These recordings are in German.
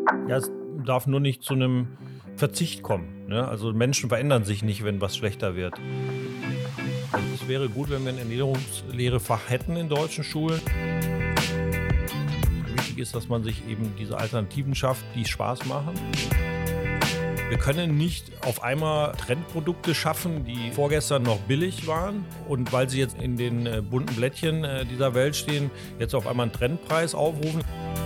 Ja, es darf nur nicht zu einem Verzicht kommen. Ne? Also Menschen verändern sich nicht, wenn was schlechter wird. Also es wäre gut, wenn wir ein Ernährungslehrefach hätten in deutschen Schulen. Wichtig ist, dass man sich eben diese Alternativen schafft, die Spaß machen. Wir können nicht auf einmal Trendprodukte schaffen, die vorgestern noch billig waren und weil sie jetzt in den bunten Blättchen dieser Welt stehen, jetzt auf einmal einen Trendpreis aufrufen.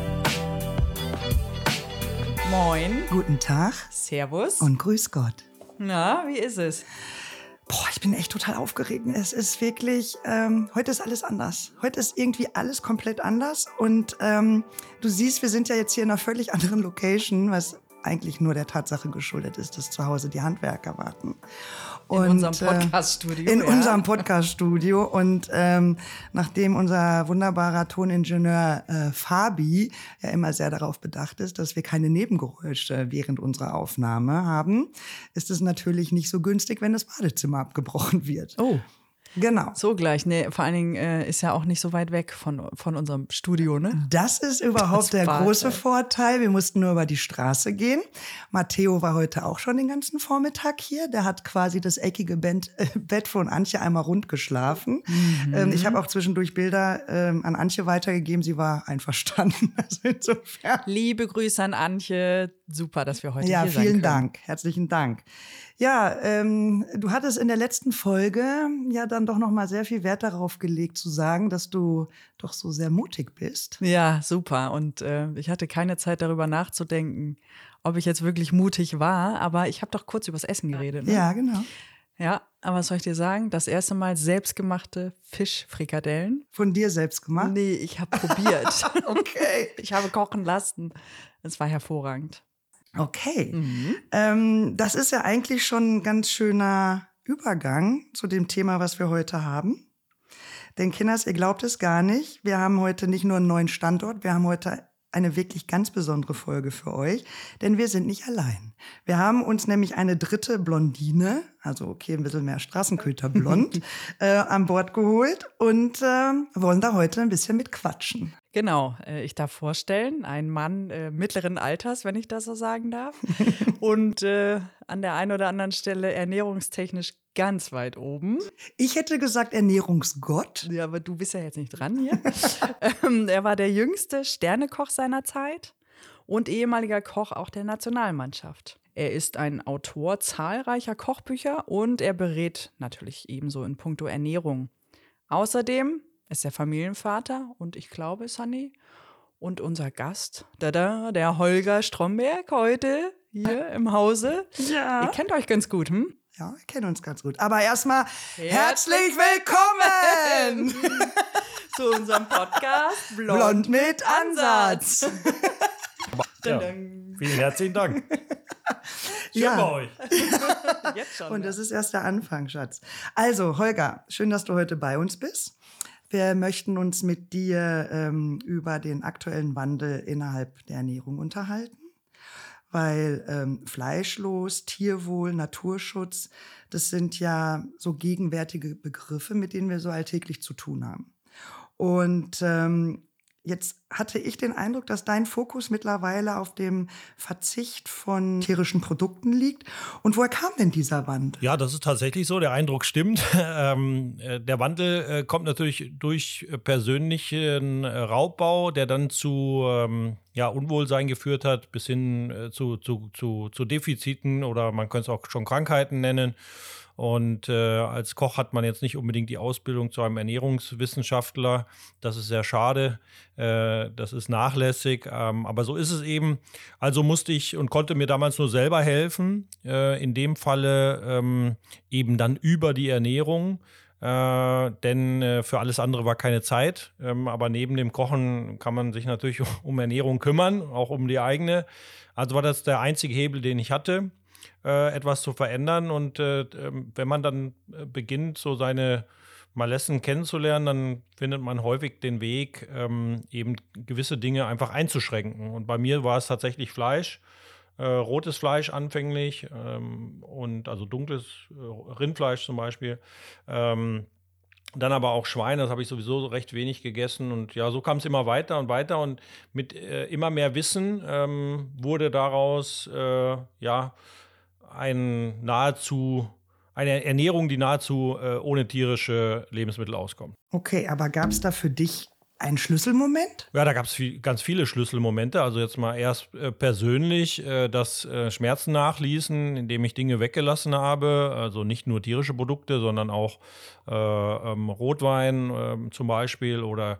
Moin. Guten Tag. Servus. Und grüß Gott. Na, wie ist es? Boah, ich bin echt total aufgeregt. Es ist wirklich, heute ist alles anders. Heute ist irgendwie alles komplett anders. Und du siehst, wir sind ja jetzt hier in einer völlig anderen Location, was eigentlich nur der Tatsache geschuldet ist, dass zu Hause die Handwerker warten. In unserem Podcast-Studio. In unserem Podcast-Studio. Und nachdem unser wunderbarer Toningenieur Fabi ja immer sehr darauf bedacht ist, dass wir keine Nebengeräusche während unserer Aufnahme haben, ist es natürlich nicht so günstig, wenn das Badezimmer abgebrochen wird. Oh. Genau. So gleich. Nee, vor allen Dingen ist ja auch nicht so weit weg von unserem Studio, ne? Das ist überhaupt der große Vorteil. Wir mussten nur über die Straße gehen. Matteo war heute auch schon den ganzen Vormittag hier. Der hat quasi das eckige Bett von Antje einmal rund geschlafen. Mhm. Ich habe auch zwischendurch Bilder an Antje weitergegeben. Sie war einverstanden. Also insofern. Liebe Grüße an Antje. Super, dass wir heute hier sein können. Ja, vielen Dank. Herzlichen Dank. Ja, du hattest in der letzten Folge ja dann doch noch mal sehr viel Wert darauf gelegt, zu sagen, dass du doch so sehr mutig bist. Ja, super. Und ich hatte keine Zeit, darüber nachzudenken, ob ich jetzt wirklich mutig war. Aber ich habe doch kurz übers Essen geredet. Ne? Ja, genau. Ja, aber was soll ich dir sagen? Das erste Mal selbstgemachte Fischfrikadellen. Von dir selbst gemacht? Nee, ich habe probiert. Okay. Ich habe kochen lassen. Es war hervorragend. Okay. Mhm. Das ist ja eigentlich schon ein ganz schöner Übergang zu dem Thema, was wir heute haben. Denn Kinders, ihr glaubt es gar nicht, wir haben heute nicht nur einen neuen Standort, wir haben heute eine wirklich ganz besondere Folge für euch, denn wir sind nicht allein. Wir haben uns nämlich eine dritte Blondine, also okay, ein bisschen mehr Straßenköter-blond, an Bord geholt und wollen da heute ein bisschen mit quatschen. Genau, ich darf vorstellen, ein Mann mittleren Alters, wenn ich das so sagen darf. Und an der einen oder anderen Stelle ernährungstechnisch ganz weit oben. Ich hätte gesagt Ernährungsgott. Ja, aber du bist ja jetzt nicht dran hier. Er war der jüngste Sternekoch seiner Zeit und ehemaliger Koch auch der Nationalmannschaft. Er ist ein Autor zahlreicher Kochbücher und er berät natürlich ebenso in puncto Ernährung. Außerdem ist er Familienvater und ich glaube, Sunny, und unser Gast, der Holger Stromberg, heute hier im Hause. Ja. Ihr kennt euch ganz gut, hm? Ja, wir kennen uns ganz gut. Aber erstmal herzlich willkommen zu unserem Podcast Blond mit Ansatz. Ja, vielen herzlichen Dank. Schön Ja. bei euch. Jetzt schon. Und das ist erst der Anfang, Schatz. Also, Holger, schön, dass du heute bei uns bist. Wir möchten uns mit dir über den aktuellen Wandel innerhalb der Ernährung unterhalten. Weil fleischlos, Tierwohl, Naturschutz, das sind ja so gegenwärtige Begriffe, mit denen wir so alltäglich zu tun haben. Und jetzt hatte ich den Eindruck, dass dein Fokus mittlerweile auf dem Verzicht von tierischen Produkten liegt. Und woher kam denn dieser Wandel? Ja, das ist tatsächlich so. Der Eindruck stimmt. Der Wandel kommt natürlich durch persönlichen Raubbau, der dann zu Unwohlsein geführt hat, bis hin zu Defiziten oder man könnte es auch schon Krankheiten nennen. Und als Koch hat man jetzt nicht unbedingt die Ausbildung zu einem Ernährungswissenschaftler. Das ist sehr schade. Das ist nachlässig. Aber so ist es eben. Also musste ich und konnte mir damals nur selber helfen. In dem Falle eben dann über die Ernährung. Denn für alles andere war keine Zeit. Aber neben dem Kochen kann man sich natürlich um Ernährung kümmern, auch um die eigene. Also war das der einzige Hebel, den ich hatte, etwas zu verändern. Und wenn man dann beginnt, so seine Malessen kennenzulernen, dann findet man häufig den Weg, eben gewisse Dinge einfach einzuschränken. Und bei mir war es tatsächlich Fleisch, rotes Fleisch anfänglich und also dunkles Rindfleisch zum Beispiel. Dann aber auch Schweine, das habe ich sowieso recht wenig gegessen. Und ja, so kam es immer weiter und weiter. Und mit immer mehr Wissen wurde daraus ja ein nahezu, eine Ernährung, die nahezu ohne tierische Lebensmittel auskommt. Okay, aber gab es da für dich einen Schlüsselmoment? Ja, da gab es ganz viele Schlüsselmomente. Also jetzt mal erst persönlich, dass Schmerzen nachließen, indem ich Dinge weggelassen habe. Also nicht nur tierische Produkte, sondern auch Rotwein zum Beispiel oder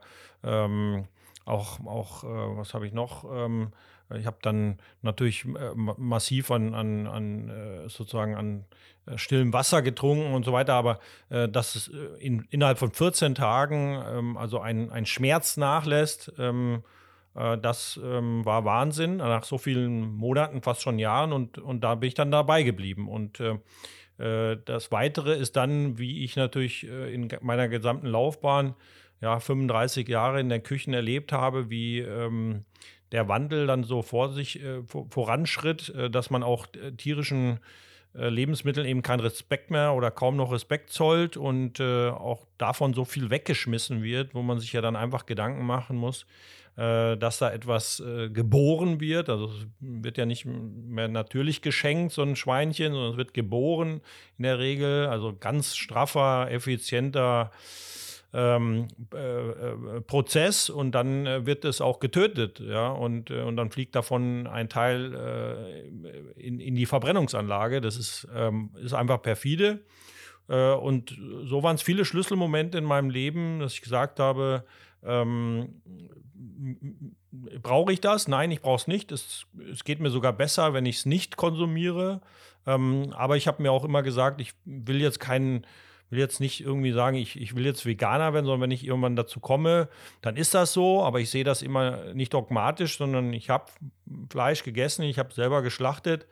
was habe ich noch? Ich habe dann natürlich massiv sozusagen an stillem Wasser getrunken und so weiter, aber dass es innerhalb von 14 Tagen also ein Schmerz nachlässt, das war Wahnsinn, nach so vielen Monaten, fast schon Jahren und da bin ich dann dabei geblieben und das Weitere ist dann, wie ich natürlich in meiner gesamten Laufbahn, ja, 35 Jahre in der Küche erlebt habe, wie der Wandel dann so voranschritt, dass man auch tierischen Lebensmitteln eben keinen Respekt mehr oder kaum noch Respekt zollt und auch davon so viel weggeschmissen wird, wo man sich ja dann einfach Gedanken machen muss, dass da etwas geboren wird. Also es wird ja nicht mehr natürlich geschenkt, so ein Schweinchen, sondern es wird geboren in der Regel. Also ganz straffer, effizienter Prozess und dann wird es auch getötet, ja, und dann fliegt davon ein Teil in die Verbrennungsanlage. Das ist einfach perfide. Und so waren es viele Schlüsselmomente in meinem Leben, dass ich gesagt habe, brauche ich das? Nein, ich brauche es nicht. Es geht mir sogar besser, wenn ich es nicht konsumiere. Aber ich habe mir auch immer gesagt, ich will jetzt nicht irgendwie sagen, ich will jetzt Veganer werden, sondern wenn ich irgendwann dazu komme, dann ist das so. Aber ich sehe das immer nicht dogmatisch, sondern ich habe Fleisch gegessen, ich habe selber geschlachtet.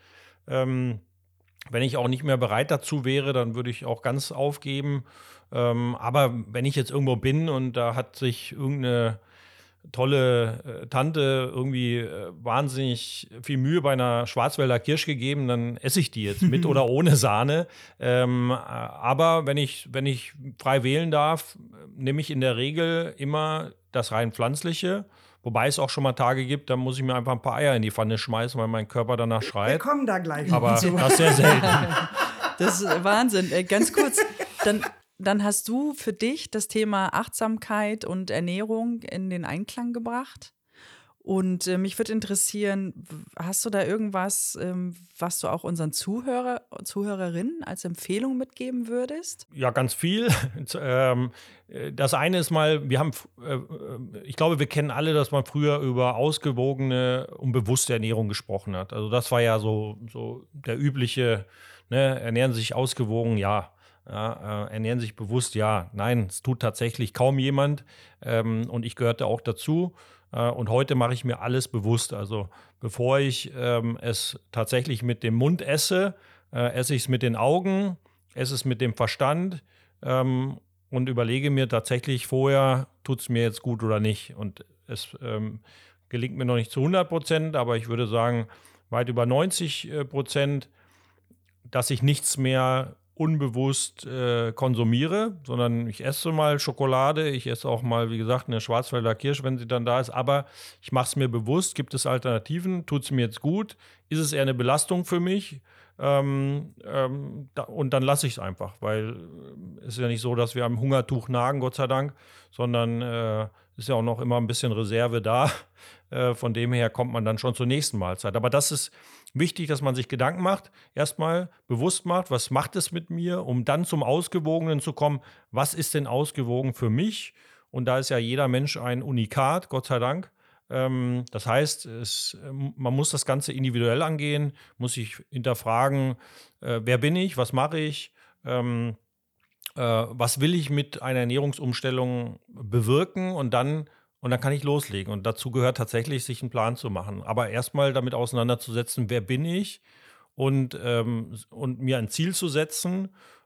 Wenn ich auch nicht mehr bereit dazu wäre, dann würde ich auch ganz aufgeben. Aber wenn ich jetzt irgendwo bin und da hat sich irgendeine tolle Tante irgendwie wahnsinnig viel Mühe bei einer Schwarzwälder Kirsch gegeben, dann esse ich die jetzt mit oder ohne Sahne. Aber wenn ich frei wählen darf, nehme ich in der Regel immer das rein pflanzliche. Wobei es auch schon mal Tage gibt, da muss ich mir einfach ein paar Eier in die Pfanne schmeißen, weil mein Körper danach Wir schreit. kommen da gleich Aber noch zu. das ist sehr selten. Das ist Wahnsinn. Ganz kurz, dann hast du für dich das Thema Achtsamkeit und Ernährung in den Einklang gebracht. Und mich würde interessieren, hast du da irgendwas, was du auch unseren Zuhörerinnen als Empfehlung mitgeben würdest? Ja, ganz viel. Das eine ist mal, ich glaube, wir kennen alle, dass man früher über ausgewogene und bewusste Ernährung gesprochen hat. Also das war ja so der übliche, ne, ernähren sich ausgewogen, ja. Ja, ernähren sich bewusst, ja. Nein, es tut tatsächlich kaum jemand. Und ich gehörte auch dazu. Und heute mache ich mir alles bewusst. Also bevor ich es tatsächlich mit dem Mund esse, esse ich es mit den Augen, esse es mit dem Verstand und überlege mir tatsächlich vorher, tut es mir jetzt gut oder nicht. Und es gelingt mir noch nicht zu 100%, aber ich würde sagen, weit über 90%, dass ich nichts mehr unbewusst konsumiere, sondern ich esse mal Schokolade, ich esse auch mal, wie gesagt, eine Schwarzwälder Kirsch, wenn sie dann da ist, aber ich mache es mir bewusst, gibt es Alternativen, tut es mir jetzt gut, ist es eher eine Belastung für mich und dann lasse ich es einfach, weil es ist ja nicht so, dass wir am Hungertuch nagen, Gott sei Dank, sondern ist ja auch noch immer ein bisschen Reserve da, von dem her kommt man dann schon zur nächsten Mahlzeit, aber das ist wichtig, dass man sich Gedanken macht, erstmal bewusst macht, was macht es mit mir, um dann zum Ausgewogenen zu kommen, was ist denn ausgewogen für mich? Und da ist ja jeder Mensch ein Unikat, Gott sei Dank. Das heißt, man muss das Ganze individuell angehen, muss sich hinterfragen, wer bin ich, was mache ich, was will ich mit einer Ernährungsumstellung bewirken und dann kann ich loslegen. Und dazu gehört tatsächlich, sich einen Plan zu machen. Aber erstmal damit auseinanderzusetzen, wer bin ich und mir ein Ziel zu setzen,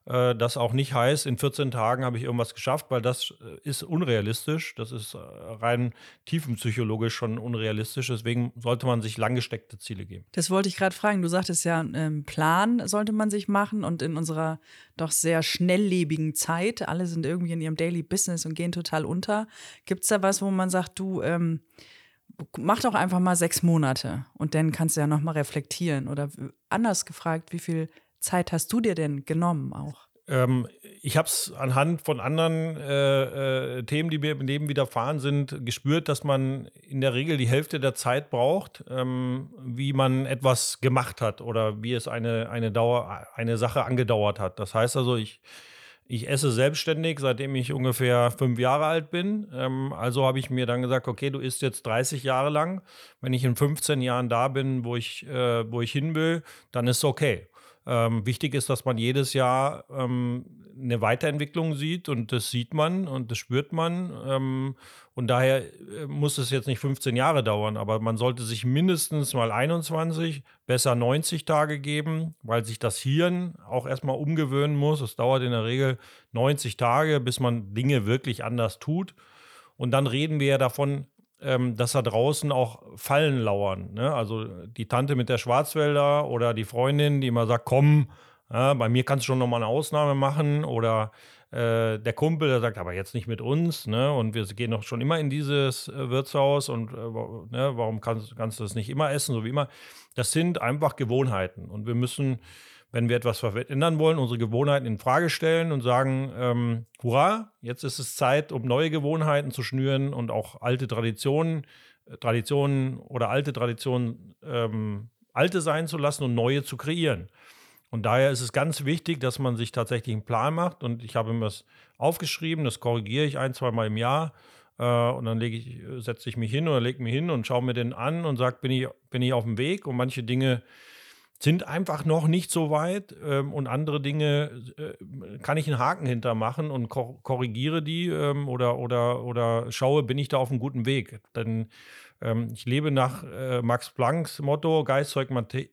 das auch nicht heißt, in 14 Tagen habe ich irgendwas geschafft, weil das ist unrealistisch. Das ist rein tiefenpsychologisch schon unrealistisch. Deswegen sollte man sich langgesteckte Ziele geben. Das wollte ich gerade fragen. Du sagtest ja, Plan sollte man sich machen und in unserer doch sehr schnelllebigen Zeit, alle sind irgendwie in ihrem Daily Business und gehen total unter. Gibt es da was, wo man sagt, du, mach doch einfach mal 6 Monate und dann kannst du ja nochmal reflektieren. Oder anders gefragt, wie viel Zeit hast du dir denn genommen auch? Ich habe es anhand von anderen Themen, die mir im Leben widerfahren sind, gespürt, dass man in der Regel die Hälfte der Zeit braucht, wie man etwas gemacht hat oder wie es eine Sache angedauert hat. Das heißt also, ich esse selbstständig, seitdem ich ungefähr 5 Jahre alt bin. Also habe ich mir dann gesagt, okay, du isst jetzt 30 Jahre lang. Wenn ich in 15 Jahren da bin, wo ich hin will, dann ist es okay. Wichtig ist, dass man jedes Jahr eine Weiterentwicklung sieht und das sieht man und das spürt man. Und daher muss es jetzt nicht 15 Jahre dauern, aber man sollte sich mindestens mal 21, besser 90 Tage geben, weil sich das Hirn auch erstmal umgewöhnen muss. Es dauert in der Regel 90 Tage, bis man Dinge wirklich anders tut. Und dann reden wir ja davon, dass da draußen auch Fallen lauern. Ne? Also die Tante mit der Schwarzwälder oder die Freundin, die immer sagt, komm, bei mir kannst du schon nochmal eine Ausnahme machen. Oder der Kumpel, der sagt, aber jetzt nicht mit uns. Ne? Und wir gehen doch schon immer in dieses Wirtshaus. Und warum kannst du das nicht immer essen, so wie immer? Das sind einfach Gewohnheiten. Und wir müssen, wenn wir etwas verändern wollen, unsere Gewohnheiten in Frage stellen und sagen, hurra, jetzt ist es Zeit, um neue Gewohnheiten zu schnüren und auch alte Traditionen alte sein zu lassen und neue zu kreieren. Und daher ist es ganz wichtig, dass man sich tatsächlich einen Plan macht. Und ich habe mir das aufgeschrieben, das korrigiere ich 1-2 Mal im Jahr. Und dann setze ich mich hin oder lege mich hin und schaue mir den an und sage, bin ich auf dem Weg? Und manche Dinge sind einfach noch nicht so weit und andere Dinge kann ich einen Haken hintermachen und korrigiere die oder schaue, bin ich da auf einem guten Weg. Denn ich lebe nach Max Plancks Motto, Geist zeugt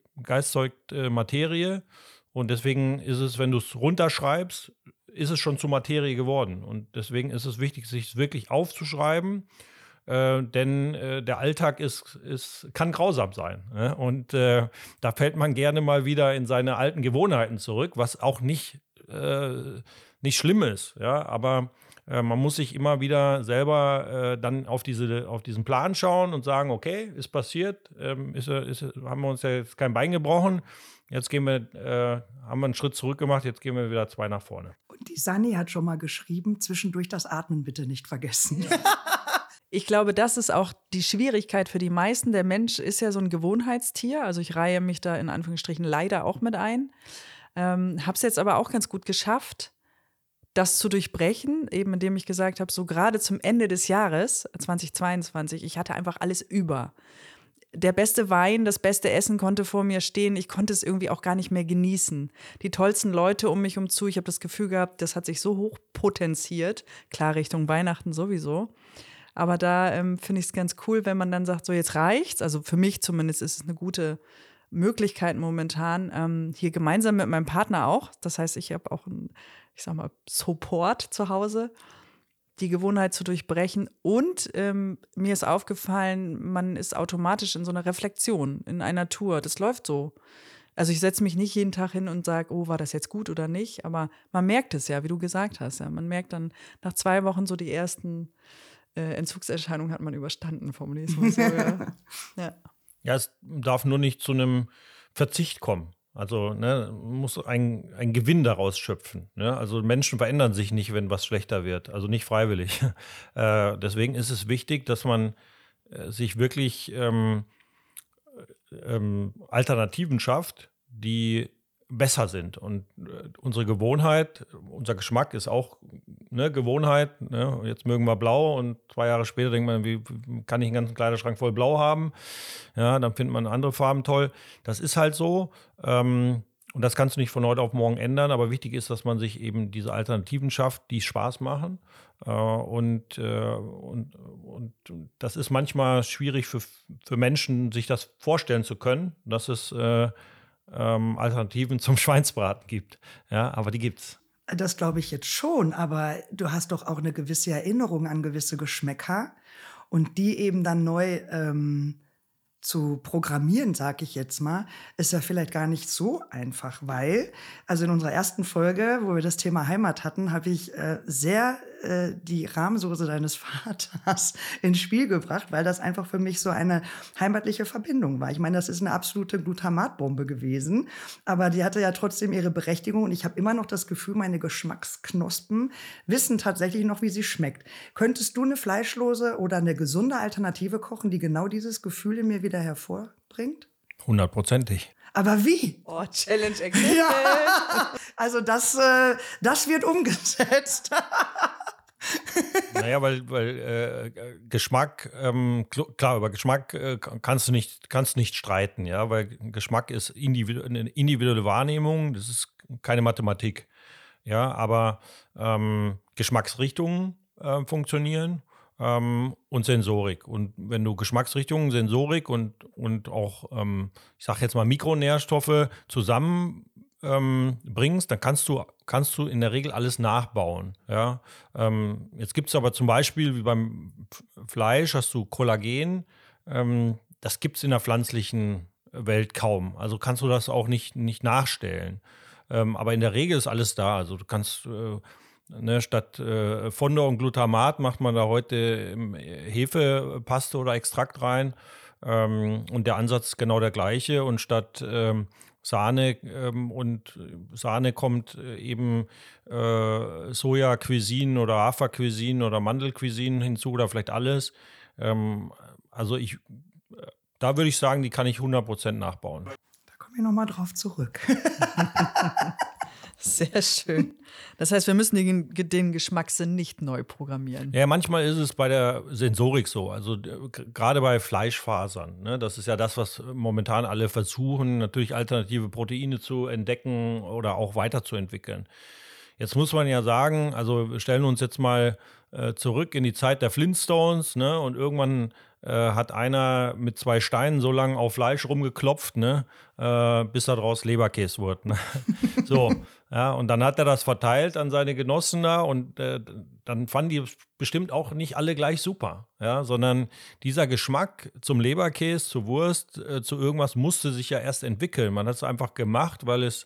Materie und deswegen ist es, wenn du es runterschreibst, ist es schon zu Materie geworden und deswegen ist es wichtig, sich es wirklich aufzuschreiben. Denn der Alltag kann grausam sein. Ne? Und da fällt man gerne mal wieder in seine alten Gewohnheiten zurück, was auch nicht schlimm ist. Ja? Aber man muss sich immer wieder selber dann auf diesen Plan schauen und sagen, okay, ist passiert, haben wir uns ja jetzt kein Bein gebrochen. Jetzt haben wir einen Schritt zurück gemacht, jetzt gehen wir wieder 2 nach vorne. Und die Sanni hat schon mal geschrieben, zwischendurch das Atmen bitte nicht vergessen. Ich glaube, das ist auch die Schwierigkeit für die meisten. Der Mensch ist ja so ein Gewohnheitstier. Also ich reihe mich da in Anführungsstrichen leider auch mit ein. Habe es jetzt aber auch ganz gut geschafft, das zu durchbrechen, eben indem ich gesagt habe, so gerade zum Ende des Jahres 2022, ich hatte einfach alles über. Der beste Wein, das beste Essen konnte vor mir stehen. Ich konnte es irgendwie auch gar nicht mehr genießen. Die tollsten Leute um mich zu. Ich habe das Gefühl gehabt, das hat sich so hoch potenziert. Klar, Richtung Weihnachten sowieso. Aber da finde ich es ganz cool, wenn man dann sagt, so jetzt reicht's. Also für mich zumindest ist es eine gute Möglichkeit momentan, hier gemeinsam mit meinem Partner auch. Das heißt, ich habe auch einen, ich sag mal, Support zu Hause, die Gewohnheit zu durchbrechen. Und mir ist aufgefallen, man ist automatisch in so einer Reflexion, in einer Tour. Das läuft so. Also ich setze mich nicht jeden Tag hin und sage, oh, war das jetzt gut oder nicht? Aber man merkt es ja, wie du gesagt hast. Ja. Man merkt dann nach 2 Wochen so die ersten Entzugserscheinungen hat man überstanden, formuliere ich es mal so. Ja. Ja, es darf nur nicht zu einem Verzicht kommen. Also man muss ein Gewinn daraus schöpfen. Ne? Also Menschen verändern sich nicht, wenn was schlechter wird. Also nicht freiwillig. Deswegen ist es wichtig, dass man sich wirklich Alternativen schafft, die besser sind. Und unsere Gewohnheit, unser Geschmack ist auch Gewohnheit. Ne? Jetzt mögen wir blau und 2 Jahre später denkt man, wie kann ich einen ganzen Kleiderschrank voll blau haben? Ja, dann findet man andere Farben toll. Das ist halt so. Und das kannst du nicht von heute auf morgen ändern. Aber wichtig ist, dass man sich eben diese Alternativen schafft, die Spaß machen. Und das ist manchmal schwierig für Menschen, sich das vorstellen zu können, dass es Alternativen zum Schweinsbraten gibt. Ja, aber die gibt's. Das glaube ich jetzt schon, aber du hast doch auch eine gewisse Erinnerung an gewisse Geschmäcker und die eben dann neu zu programmieren, sage ich jetzt mal, ist ja vielleicht gar nicht so einfach, weil, also in unserer ersten Folge, wo wir das Thema Heimat hatten, habe ich sehr die Rahmsoße deines Vaters ins Spiel gebracht, weil das einfach für mich so eine heimatliche Verbindung war. Ich meine, das ist eine absolute Glutamatbombe gewesen, aber die hatte ja trotzdem ihre Berechtigung und ich habe immer noch das Gefühl, meine Geschmacksknospen wissen tatsächlich noch, wie sie schmeckt. Könntest du eine fleischlose oder eine gesunde Alternative kochen, die genau dieses Gefühl in mir wieder hervorbringt? 100%. Aber wie? Oh, Challenge accepted. Ja, also das wird umgesetzt. Naja, weil Geschmack, klar, über Geschmack kannst du nicht streiten, ja, weil Geschmack ist eine individuelle Wahrnehmung, das ist keine Mathematik, ja, aber Geschmacksrichtungen funktionieren und Sensorik. Und wenn du Geschmacksrichtungen, Sensorik und auch, ich sag jetzt mal, Mikronährstoffe zusammen bringst, dann kannst du in der Regel alles nachbauen. Ja? Jetzt gibt es aber zum Beispiel, wie beim Fleisch, hast du Kollagen. Das gibt es in der pflanzlichen Welt kaum. Also kannst du das auch nicht nachstellen. Aber in der Regel ist alles da. Also du kannst statt Fondor und Glutamat macht man da heute Hefepaste oder Extrakt rein. Und der Ansatz ist genau der gleiche. Und statt Sahne Sahne kommt eben Soja-Cuisine oder Hafer-Cuisine oder Mandel-Cuisine hinzu oder vielleicht alles. Also da würde ich sagen, die kann ich 100% nachbauen. Da komme ich nochmal drauf zurück. Sehr schön. Das heißt, wir müssen den Geschmackssinn nicht neu programmieren. Ja, manchmal ist es bei der Sensorik so, also gerade bei Fleischfasern, ne? Das ist ja das, was momentan alle versuchen, natürlich alternative Proteine zu entdecken oder auch weiterzuentwickeln. Jetzt muss man ja sagen, also wir stellen uns jetzt mal zurück in die Zeit der Flintstones, ne? Und irgendwann hat einer mit 2 Steinen so lange auf Fleisch rumgeklopft, ne? Bis daraus Leberkäse wurde. Ne? So, ja, und dann hat er das verteilt an seine Genossen da und dann fanden die bestimmt auch nicht alle gleich super, ja, sondern dieser Geschmack zum Leberkäse, zur Wurst, zu irgendwas musste sich ja erst entwickeln. Man hat es einfach gemacht, weil es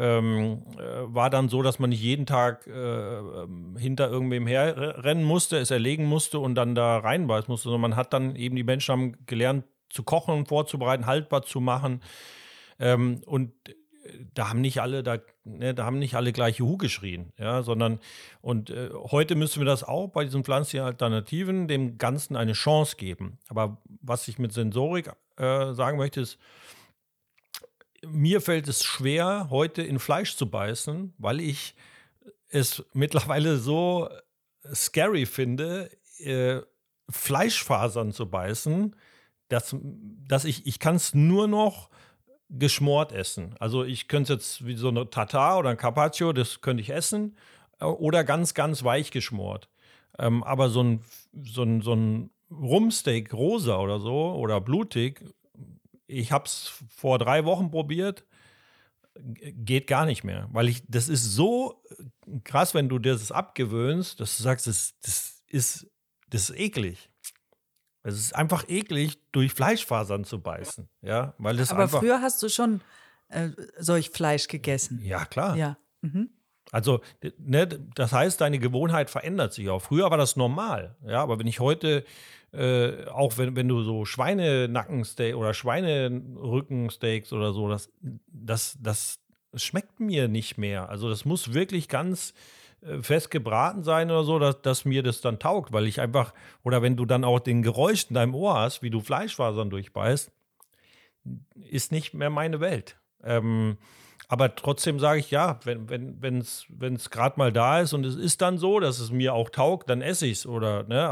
war dann so, dass man nicht jeden Tag hinter irgendwem herrennen musste, es erlegen musste und dann da reinbeißen musste, sondern man hat dann eben, die Menschen haben gelernt zu vorzubereiten, haltbar zu machen. Und da haben nicht alle gleich Juhu geschrien, ja, sondern und heute müssen wir das auch bei diesen pflanzlichen Alternativen dem Ganzen eine Chance geben. Aber was ich mit Sensorik sagen möchte, ist, mir fällt es schwer, heute in Fleisch zu beißen, weil ich es mittlerweile so scary finde, Fleischfasern zu beißen, dass ich kann es nur noch geschmort essen. Also ich könnte es jetzt wie so eine Tartar oder ein Carpaccio, das könnte ich essen, oder ganz, ganz weich geschmort. Aber so ein Rumpsteak rosa oder so oder blutig, ich habe es vor 3 Wochen probiert, geht gar nicht mehr, weil das ist so krass, wenn du dir das abgewöhnst, dass du sagst, das ist eklig. Es ist einfach eklig, durch Fleischfasern zu beißen, ja, weil das Aber einfach. früher hast du schon solch Fleisch gegessen. Ja, klar. Ja. Mhm. Also, ne, das heißt, deine Gewohnheit verändert sich auch. Früher war das normal, ja, aber wenn ich heute, auch wenn du so Schweinenackensteak oder Schweinerückensteaks oder so, das schmeckt mir nicht mehr. Also, das muss wirklich ganz fest gebraten sein oder so, dass mir das dann taugt, weil ich einfach, oder wenn du dann auch den Geräusch in deinem Ohr hast, wie du Fleischfasern durchbeißt, ist nicht mehr meine Welt. Aber trotzdem sage ich, ja, wenn es gerade mal da ist und es ist dann so, dass es mir auch taugt, dann esse ich es. Ne,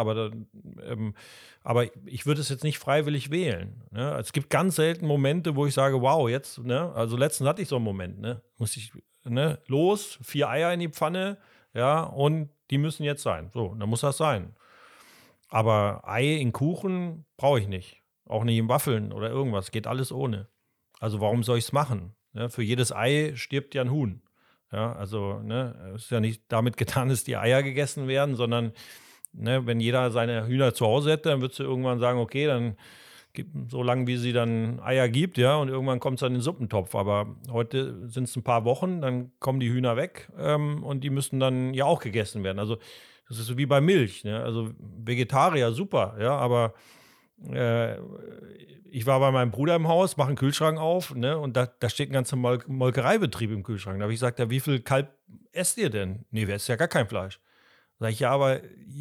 aber ich würde es jetzt nicht freiwillig wählen. Ne? Es gibt ganz selten Momente, wo ich sage, wow, jetzt, ne? Also letztens hatte ich so einen Moment, ne? Muss ich, ne? 4 Eier in die Pfanne, ja, und die müssen jetzt sein. So, dann muss das sein. Aber Ei in Kuchen brauche ich nicht. Auch nicht in Waffeln oder irgendwas. Geht alles ohne. Also warum soll ich es machen? Ja, für jedes Ei stirbt ja ein Huhn. Ja, also, ne, es ist ja nicht damit getan, dass die Eier gegessen werden, sondern ne, wenn jeder seine Hühner zu Hause hätte, dann würdest du irgendwann sagen, okay, dann so lange, wie sie dann Eier gibt, ja, und irgendwann kommt es dann in den Suppentopf. Aber heute sind es ein paar Wochen, dann kommen die Hühner weg und die müssen dann ja auch gegessen werden. Also das ist so wie bei Milch, ne? Also Vegetarier, super, ja, aber äh, ich war bei meinem Bruder im Haus, mache einen Kühlschrank auf, ne, und da steht ein ganzer Molkereibetrieb im Kühlschrank. Da habe ich gesagt, ja, wie viel Kalb esst ihr denn? Nee, wir essen ja gar kein Fleisch. Sag ich, ja, aber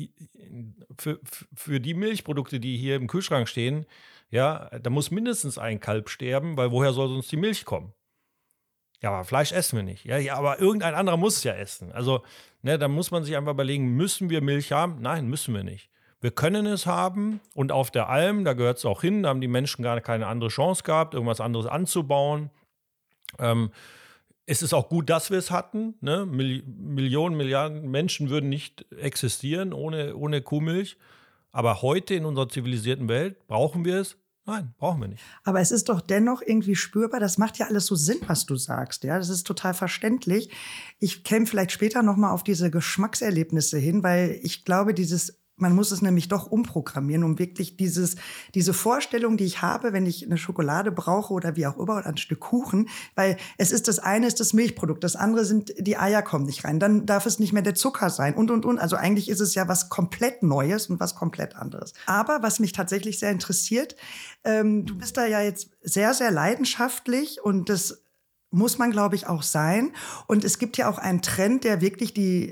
für die Milchprodukte, die hier im Kühlschrank stehen, ja, da muss mindestens ein Kalb sterben, weil woher soll sonst die Milch kommen? Ja, aber Fleisch essen wir nicht. Ja, ja, aber irgendein anderer muss es ja essen. Also, ne, da muss man sich einfach überlegen, müssen wir Milch haben? Nein, müssen wir nicht. Wir können es haben und auf der Alm, da gehört es auch hin, da haben die Menschen gar keine andere Chance gehabt, irgendwas anderes anzubauen. Ähm, Es ist auch gut, dass wir es hatten. Ne? Millionen, Milliarden Menschen würden nicht existieren ohne Kuhmilch. Aber heute in unserer zivilisierten Welt brauchen wir es? Nein, brauchen wir nicht. Aber es ist doch dennoch irgendwie spürbar, das macht ja alles so Sinn, was du sagst. Ja, das ist total verständlich. Ich käme vielleicht später noch mal auf diese Geschmackserlebnisse hin, weil ich glaube, man muss es nämlich doch umprogrammieren, um wirklich diese Vorstellung, die ich habe, wenn ich eine Schokolade brauche oder wie auch immer oder ein Stück Kuchen, weil das eine ist das Milchprodukt, das andere sind die Eier kommen nicht rein, dann darf es nicht mehr der Zucker sein und. Also eigentlich ist es ja was komplett Neues und was komplett anderes. Aber was mich tatsächlich sehr interessiert, du bist da ja jetzt sehr, sehr leidenschaftlich und das muss man, glaube ich, auch sein. Und es gibt ja auch einen Trend, der wirklich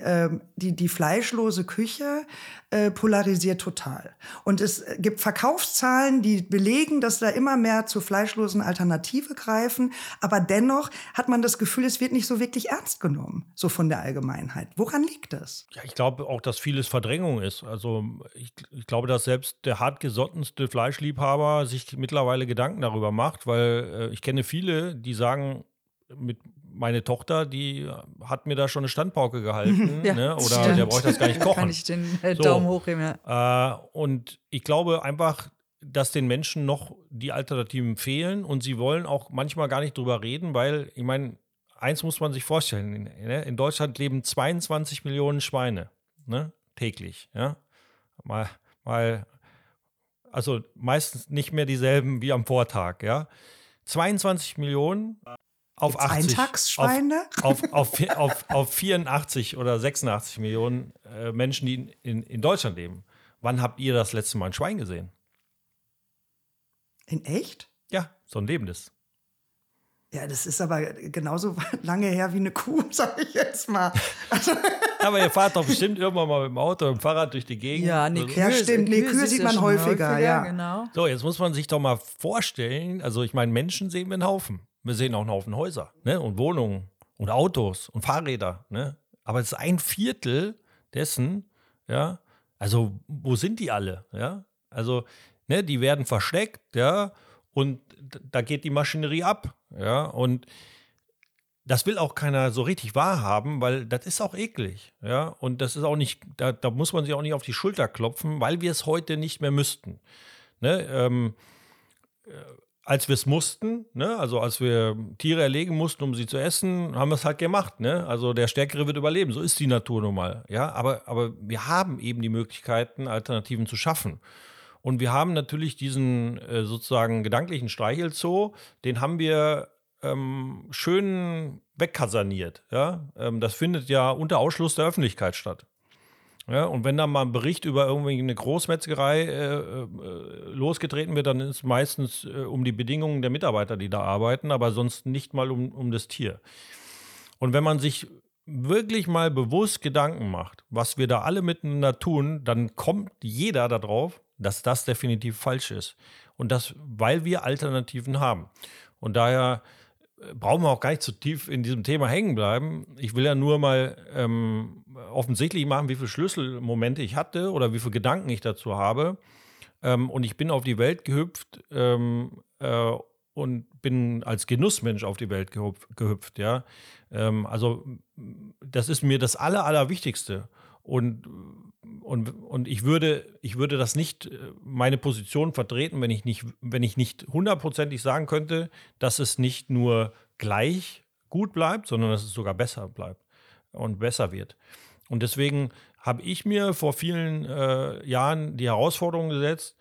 die fleischlose Küche polarisiert total. Und es gibt Verkaufszahlen, die belegen, dass da immer mehr zur fleischlosen Alternative greifen. Aber dennoch hat man das Gefühl, es wird nicht so wirklich ernst genommen, so von der Allgemeinheit. Woran liegt das? Ja, ich glaube auch, dass vieles Verdrängung ist. Also ich glaube, dass selbst der hartgesottenste Fleischliebhaber sich mittlerweile Gedanken darüber macht, weil ich kenne viele, die sagen, meine Tochter, die hat mir da schon eine Standpauke gehalten, Ja, ne? Oder stimmt. der braucht das gar nicht kochen. Kann ich den So. Daumen hochheben, ja. Und ich glaube einfach, dass den Menschen noch die Alternativen fehlen und sie wollen auch manchmal gar nicht drüber reden, weil, ich meine, eins muss man sich vorstellen, in Deutschland leben 22 Millionen Schweine, ne? Täglich, ja. Also meistens nicht mehr dieselben wie am Vortag, ja. 22 Millionen auf Gibt's 80. Eintagsschweine? Auf 84 oder 86 Millionen Menschen, die in Deutschland leben. Wann habt ihr das letzte Mal ein Schwein gesehen? In echt? Ja, so ein lebendes. Ja, das ist aber genauso lange her wie eine Kuh, sag ich jetzt mal. Also, Aber ihr fahrt doch bestimmt irgendwann mal mit dem Auto oder mit dem Fahrrad durch die Gegend. Ja, oder so. Ja, stimmt. Nee, Kühe sieht man schon häufiger, ja. Genau. So, jetzt muss man sich doch mal vorstellen, also ich meine, Menschen sehen wir einen Haufen. Wir sehen auch einen Haufen Häuser, ne? Und Wohnungen und Autos und Fahrräder, ne? Aber es ist ein Viertel dessen, ja. Also, wo sind die alle, ja? Also, ne, die werden versteckt, ja, und da geht die Maschinerie ab, ja, und das will auch keiner so richtig wahrhaben, weil das ist auch eklig, ja, und das ist auch nicht, da muss man sich auch nicht auf die Schulter klopfen, weil wir es heute nicht mehr müssten, ne, als wir es mussten, ne, also als wir Tiere erlegen mussten, um sie zu essen, haben wir es halt gemacht, ne, also der Stärkere wird überleben, so ist die Natur nun mal, ja, aber wir haben eben die Möglichkeiten, Alternativen zu schaffen. Und wir haben natürlich diesen sozusagen gedanklichen Streichelzoo, den haben wir schön wegkaserniert. Ja? Das findet ja unter Ausschluss der Öffentlichkeit statt. Ja? Und wenn dann mal ein Bericht über irgendwie eine Großmetzgerei losgetreten wird, dann ist es meistens um die Bedingungen der Mitarbeiter, die da arbeiten, aber sonst nicht mal um das Tier. Und wenn man sich wirklich mal bewusst Gedanken macht, was wir da alle miteinander tun, dann kommt jeder darauf, dass das definitiv falsch ist. Und das, weil wir Alternativen haben. Und daher brauchen wir auch gar nicht zu tief in diesem Thema hängen bleiben. Ich will ja nur mal offensichtlich machen, wie viele Schlüsselmomente ich hatte oder wie viele Gedanken ich dazu habe. Und ich bin auf die Welt gehüpft und bin als Genussmensch auf die Welt gehüpft. Ja? Also das ist mir das Allerwichtigste. Und ich würde das nicht, meine Position vertreten, wenn ich nicht hundertprozentig sagen könnte, dass es nicht nur gleich gut bleibt, sondern dass es sogar besser bleibt und besser wird. Und deswegen habe ich mir vor vielen Jahren die Herausforderung gesetzt,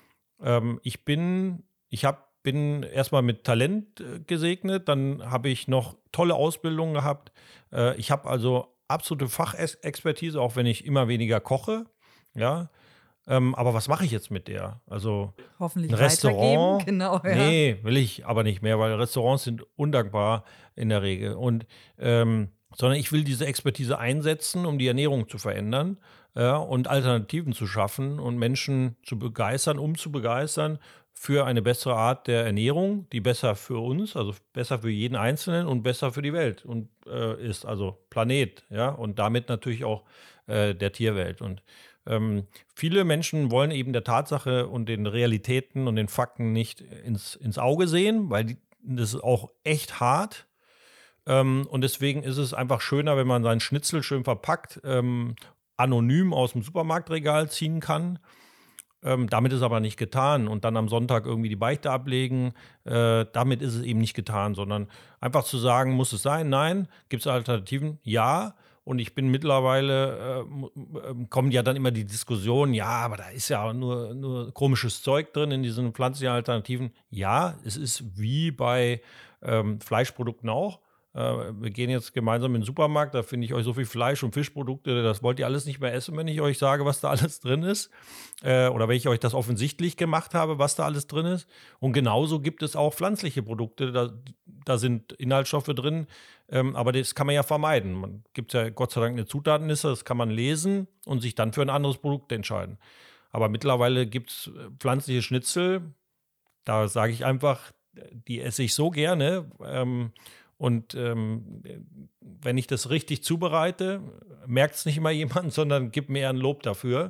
bin erstmal mit Talent gesegnet, dann habe ich noch tolle Ausbildungen gehabt. Ich habe also absolute Fachexpertise, auch wenn ich immer weniger koche. Ja, aber was mache ich jetzt mit der? Also Hoffentlich ein weitergeben. Restaurant? Genau, ja. Nee, will ich aber nicht mehr, weil Restaurants sind undankbar in der Regel. Und sondern ich will diese Expertise einsetzen, um die Ernährung zu verändern, ja, und Alternativen zu schaffen und Menschen zu begeistern für eine bessere Art der Ernährung, die besser für uns, also besser für jeden Einzelnen und besser für die Welt und ist, also Planet, ja, und damit natürlich auch der Tierwelt. Und viele Menschen wollen eben der Tatsache und den Realitäten und den Fakten nicht ins Auge sehen, weil das ist auch echt hart. Und deswegen ist es einfach schöner, wenn man seinen Schnitzel schön verpackt, anonym aus dem Supermarktregal ziehen kann. Damit ist aber nicht getan und dann am Sonntag irgendwie die Beichte ablegen, damit ist es eben nicht getan, sondern einfach zu sagen, muss es sein? Nein. Gibt es Alternativen? Ja. Und ich bin mittlerweile, kommen ja dann immer die Diskussionen, ja, aber da ist ja nur komisches Zeug drin in diesen pflanzlichen Alternativen. Ja, es ist wie bei Fleischprodukten auch. Wir gehen jetzt gemeinsam in den Supermarkt, da finde ich euch so viel Fleisch- und Fischprodukte, das wollt ihr alles nicht mehr essen, wenn ich euch sage, was da alles drin ist. Oder wenn ich euch das offensichtlich gemacht habe, was da alles drin ist. Und genauso gibt es auch pflanzliche Produkte, da sind Inhaltsstoffe drin, aber das kann man ja vermeiden. Man gibt ja Gott sei Dank eine Zutatenliste, das kann man lesen und sich dann für ein anderes Produkt entscheiden. Aber mittlerweile gibt es pflanzliche Schnitzel, da sage ich einfach, die esse ich so gerne. Und wenn ich das richtig zubereite, merkt es nicht immer jemand, sondern gibt mir eher ein Lob dafür.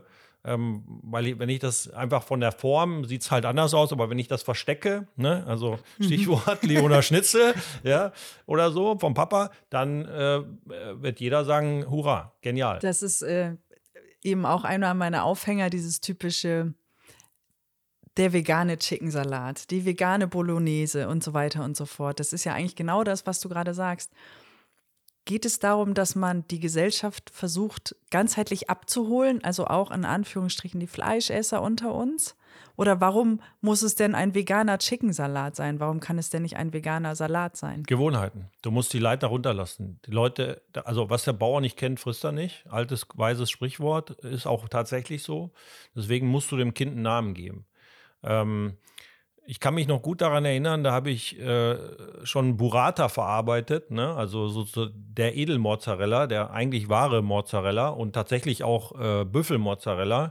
Wenn ich das einfach von der Form, sieht es halt anders aus, aber wenn ich das verstecke, ne, also Stichwort Leona Schnitzel, ja, oder so vom Papa, dann wird jeder sagen, hurra, genial. Das ist eben auch einer meiner Aufhänger, dieses typische der vegane Chickensalat, die vegane Bolognese und so weiter und so fort. Das ist ja eigentlich genau das, was du gerade sagst. Geht es darum, dass man die Gesellschaft versucht, ganzheitlich abzuholen, also auch in Anführungsstrichen die Fleischesser unter uns? Oder warum muss es denn ein veganer Chickensalat sein? Warum kann es denn nicht ein veganer Salat sein? Gewohnheiten. Du musst die Leiter runterlassen. Die Leute, also was der Bauer nicht kennt, frisst er nicht. Altes, weises Sprichwort, ist auch tatsächlich so. Deswegen musst du dem Kind einen Namen geben. Ich kann mich noch gut daran erinnern, da habe ich schon Burrata verarbeitet, ne? Also so der Edelmozzarella, der eigentlich wahre Mozzarella und tatsächlich auch Büffelmozzarella.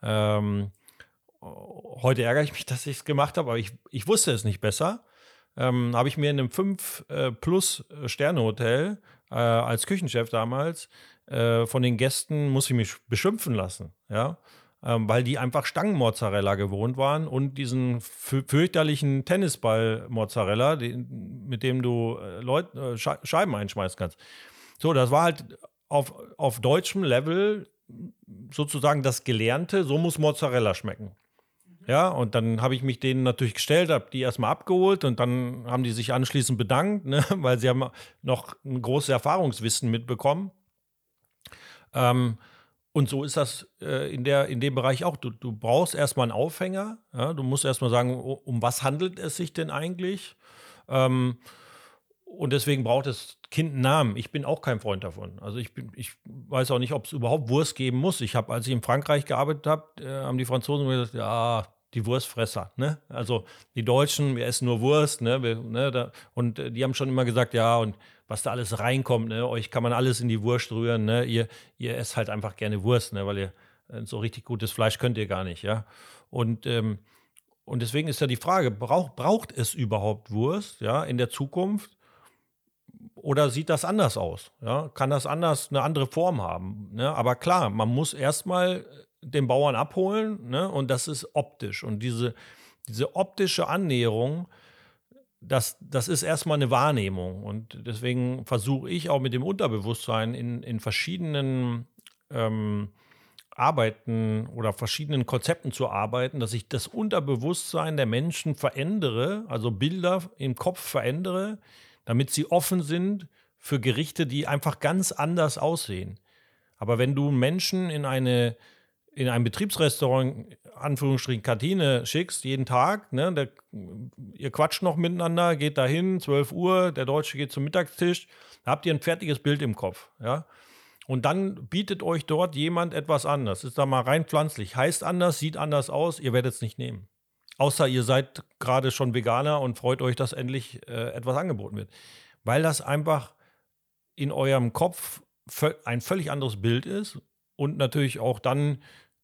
Heute ärgere ich mich, dass ich es gemacht habe, aber ich wusste es nicht besser. Habe ich mir in einem 5-Plus-Sterne-Hotel als Küchenchef damals von den Gästen, muss ich mich beschimpfen lassen, ja. Weil die einfach Stangenmozzarella gewohnt waren und diesen fürchterlichen Tennisball-Mozzarella, mit dem du Scheiben einschmeißen kannst. So, das war halt auf deutschem Level sozusagen das Gelernte, so muss Mozzarella schmecken. Ja, und dann habe ich mich denen natürlich gestellt, habe die erstmal abgeholt und dann haben die sich anschließend bedankt, ne, weil sie haben noch ein großes Erfahrungswissen mitbekommen. Und so ist das in dem Bereich auch. Du brauchst erstmal einen Aufhänger. Ja? Du musst erstmal sagen, um was handelt es sich denn eigentlich? Und deswegen braucht das Kind einen Namen. Ich bin auch kein Freund davon. Also ich weiß auch nicht, ob es überhaupt Wurst geben muss. Als ich in Frankreich gearbeitet habe, haben die Franzosen gesagt, ja, die Wurstfresser. Ne? Also die Deutschen, wir essen nur Wurst. Ne? Und die haben schon immer gesagt, ja, und was da alles reinkommt, ne? Euch kann man alles in die Wurst rühren. Ne? Ihr esst halt einfach gerne Wurst, ne? Weil ihr so richtig gutes Fleisch könnt ihr gar nicht. Ja? Und deswegen ist ja die Frage, braucht es überhaupt Wurst, ja, in der Zukunft? Oder sieht das anders aus? Ja? Kann das anders eine andere Form haben? Ne? Aber klar, man muss erstmal den Bauern abholen, ne? Und das ist optisch. Und diese optische Annäherung, das ist erstmal eine Wahrnehmung. Und deswegen versuche ich auch mit dem Unterbewusstsein in verschiedenen Arbeiten oder verschiedenen Konzepten zu arbeiten, dass ich das Unterbewusstsein der Menschen verändere, also Bilder im Kopf verändere, damit sie offen sind für Gerichte, die einfach ganz anders aussehen. Aber wenn du Menschen in ein Betriebsrestaurant, Anführungsstrichen Kantine, schickst, jeden Tag, ne, ihr quatscht noch miteinander, geht dahin, 12 Uhr, der Deutsche geht zum Mittagstisch, da habt ihr ein fertiges Bild im Kopf. Ja? Und dann bietet euch dort jemand etwas an. Das ist da mal rein pflanzlich. Heißt anders, sieht anders aus, ihr werdet es nicht nehmen. Außer ihr seid gerade schon Veganer und freut euch, dass endlich etwas angeboten wird. Weil das einfach in eurem Kopf ein völlig anderes Bild ist und natürlich auch dann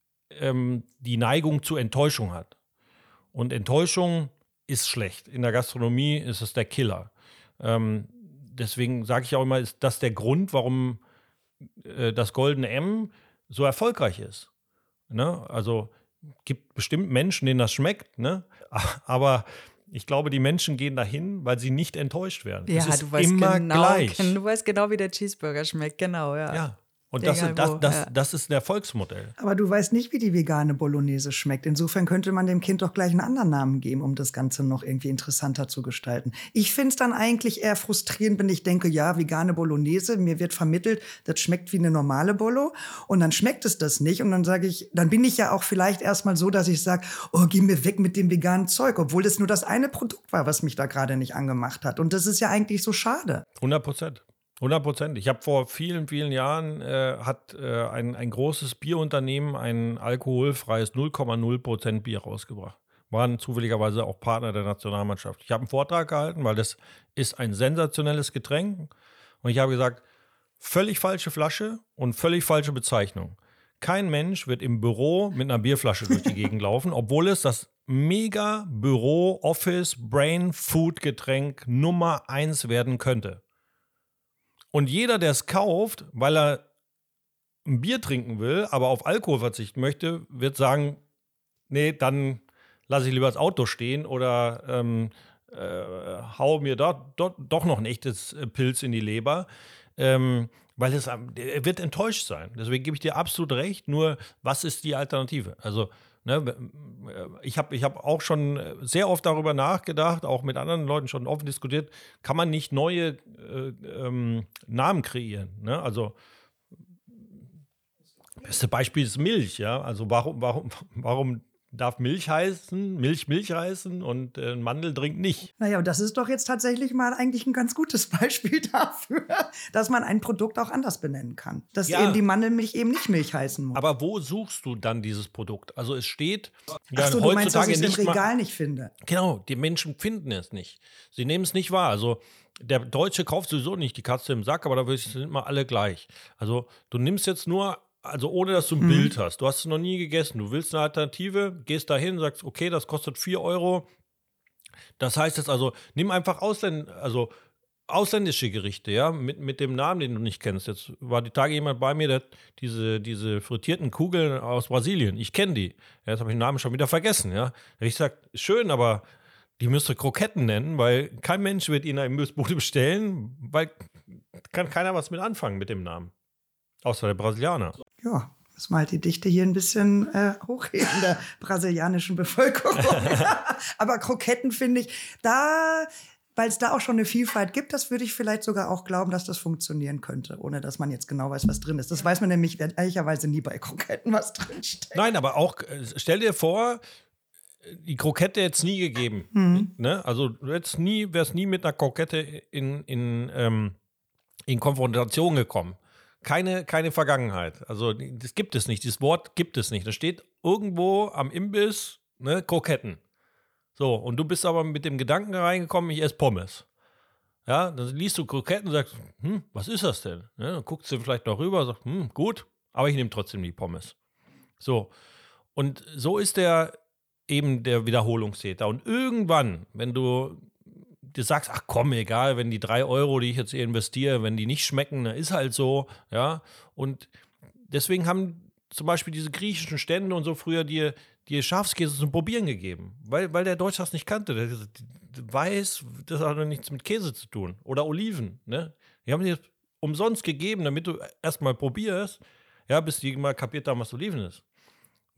die Neigung zur Enttäuschung hat. Und Enttäuschung ist schlecht. In der Gastronomie ist es der Killer. Deswegen sage ich auch immer, ist das der Grund, warum das Goldene M so erfolgreich ist. Ne? Also gibt bestimmt Menschen, denen das schmeckt, ne? Aber ich glaube, die Menschen gehen dahin, weil sie nicht enttäuscht werden. Ja, es ist du weißt immer genau, gleich. Du weißt genau, wie der Cheeseburger schmeckt, genau, ja. Ja. Und Egal wo, das ist ein Erfolgsmodell. Aber du weißt nicht, wie die vegane Bolognese schmeckt. Insofern könnte man dem Kind doch gleich einen anderen Namen geben, um das Ganze noch irgendwie interessanter zu gestalten. Ich finde es dann eigentlich eher frustrierend, wenn ich denke, ja, vegane Bolognese, mir wird vermittelt, das schmeckt wie eine normale Bolo. Und dann schmeckt es das nicht. Und dann sage ich, dann bin ich ja auch vielleicht erstmal so, dass ich sage, oh, geh mir weg mit dem veganen Zeug, obwohl das nur das eine Produkt war, was mich da gerade nicht angemacht hat. Und das ist ja eigentlich so schade. 100%. 100%. Ich habe vor vielen, vielen Jahren hat ein großes Bierunternehmen ein alkoholfreies 0,0% Bier rausgebracht. Waren zufälligerweise auch Partner der Nationalmannschaft. Ich habe einen Vortrag gehalten, weil das ist ein sensationelles Getränk. Und ich habe gesagt, völlig falsche Flasche und völlig falsche Bezeichnung. Kein Mensch wird im Büro mit einer Bierflasche durch die Gegend laufen, obwohl es das mega Büro, Office, Brain, Food Getränk Nummer 1 werden könnte. Und jeder, der es kauft, weil er ein Bier trinken will, aber auf Alkohol verzichten möchte, wird sagen, nee, dann lasse ich lieber das Auto stehen oder hau mir doch noch ein echtes Pilz in die Leber. Weil er wird enttäuscht sein. Deswegen gebe ich dir absolut recht. Nur, was ist die Alternative? Also, ne, ich hab auch schon sehr oft darüber nachgedacht, auch mit anderen Leuten schon offen diskutiert, kann man nicht neue Namen kreieren? Ne? Also, das beste Beispiel ist Milch. Ja? Also, warum darf Milch heißen, Milch heißen und ein Mandeldrink nicht? Naja, und das ist doch jetzt tatsächlich mal eigentlich ein ganz gutes Beispiel dafür, dass man ein Produkt auch anders benennen kann. Dass eben die Mandelmilch eben nicht Milch heißen muss. Aber wo suchst du dann dieses Produkt? Also es steht Ach so, du meinst, dass ich es im Regal nicht finde? Genau, die Menschen finden es nicht. Sie nehmen es nicht wahr. Also der Deutsche kauft sowieso nicht die Katze im Sack, aber da sind mal alle gleich. Also du nimmst jetzt nur, also ohne dass du ein Bild hast. Du hast es noch nie gegessen. Du willst eine Alternative, gehst dahin, sagst, okay, das kostet 4 €. Das heißt jetzt also, nimm einfach ausländische Gerichte, ja, mit dem Namen, den du nicht kennst. Jetzt war die Tage jemand bei mir, der hat diese frittierten Kugeln aus Brasilien. Ich kenne die. Ja, jetzt habe ich den Namen schon wieder vergessen, ja. Da habe ich gesagt, schön, aber die müsst ihr Kroketten nennen, weil kein Mensch wird ihnen eine Imbissbude bestellen, weil kann keiner was mit anfangen mit dem Namen. Außer der Brasilianer. Ja, muss mal die Dichte hier ein bisschen hochheben der brasilianischen Bevölkerung. Aber Kroketten finde ich, weil es da auch schon eine Vielfalt gibt, das würde ich vielleicht sogar auch glauben, dass das funktionieren könnte, ohne dass man jetzt genau weiß, was drin ist. Das weiß man nämlich ehrlicherweise nie bei Kroketten, was drin steckt. Nein, aber auch, stell dir vor, die Krokette hätte es nie gegeben. Ne? Also du wärst nie mit einer Krokette in Konfrontation gekommen. Keine Vergangenheit. Also das gibt es nicht. Dieses Wort gibt es nicht. Das steht irgendwo am Imbiss, ne, Kroketten. So, und du bist aber mit dem Gedanken reingekommen, ich esse Pommes. Ja, dann liest du Kroketten und sagst, was ist das denn? Ja, dann guckst du vielleicht noch rüber und sagst, gut, aber ich nehme trotzdem die Pommes. So, und so ist der Wiederholungstäter. Und irgendwann, wenn du dir sagst, ach komm, egal, wenn die 3 €, die ich jetzt hier investiere, wenn die nicht schmecken, dann ist halt so, ja. Und deswegen haben zum Beispiel diese griechischen Stände und so früher dir Schafskäse zum Probieren gegeben, weil der Deutsche das nicht kannte. Der weiß, das hat doch nichts mit Käse zu tun. Oder Oliven, ne? Die haben dir umsonst gegeben, damit du erstmal probierst, ja, bis die mal kapiert haben, was Oliven ist.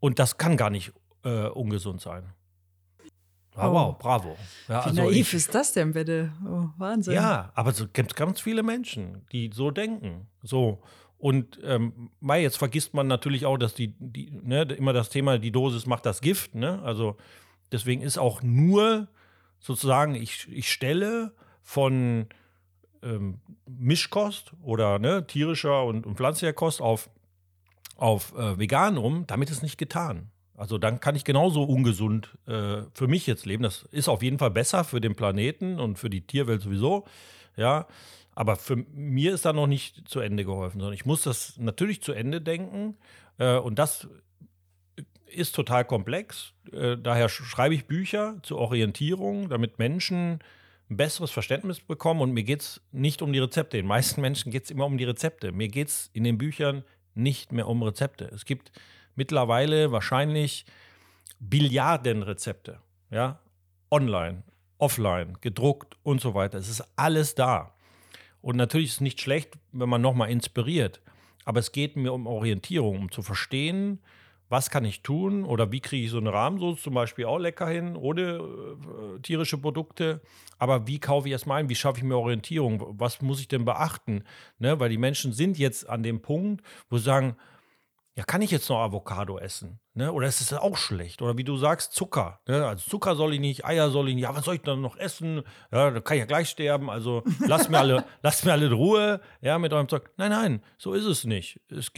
Und das kann gar nicht ungesund sein. Wow, bravo. Ja, Wie naiv ist das denn bitte? Oh, Wahnsinn. Ja, aber es gibt ganz viele Menschen, die so denken. So. Und jetzt vergisst man natürlich auch, dass immer das Thema, die Dosis macht das Gift. Ne? Also deswegen ist auch nur sozusagen, ich stelle von Mischkost oder tierischer und pflanzlicher Kost auf vegan um, damit ist nicht getan. Also dann kann ich genauso ungesund für mich jetzt leben. Das ist auf jeden Fall besser für den Planeten und für die Tierwelt sowieso. Ja, aber für mir ist da noch nicht zu Ende geholfen, sondern ich muss das natürlich zu Ende denken. Und das ist total komplex. Daher schreibe ich Bücher zur Orientierung, damit Menschen ein besseres Verständnis bekommen. Und mir geht es nicht um die Rezepte. Den meisten Menschen geht es immer um die Rezepte. Mir geht es in den Büchern nicht mehr um Rezepte. Es gibt mittlerweile wahrscheinlich Billiarden Rezepte. Ja? Online, offline, gedruckt und so weiter. Es ist alles da. Und natürlich ist es nicht schlecht, wenn man nochmal inspiriert. Aber es geht mir um Orientierung, um zu verstehen, was kann ich tun oder wie kriege ich so eine Rahmsoße zum Beispiel auch lecker hin, ohne tierische Produkte. Aber wie kaufe ich erstmal ein? Wie schaffe ich mir Orientierung? Was muss ich denn beachten? Ne? Weil die Menschen sind jetzt an dem Punkt, wo sie sagen, ja, kann ich jetzt noch Avocado essen? Ne? Oder ist es auch schlecht? Oder wie du sagst, Zucker. Ne? Also Zucker soll ich nicht, Eier soll ich nicht. Ja, was soll ich dann noch essen? Ja, da kann ich ja gleich sterben. Also lasst mir alle in Ruhe, ja, mit eurem Zeug. Nein, so ist es nicht. Es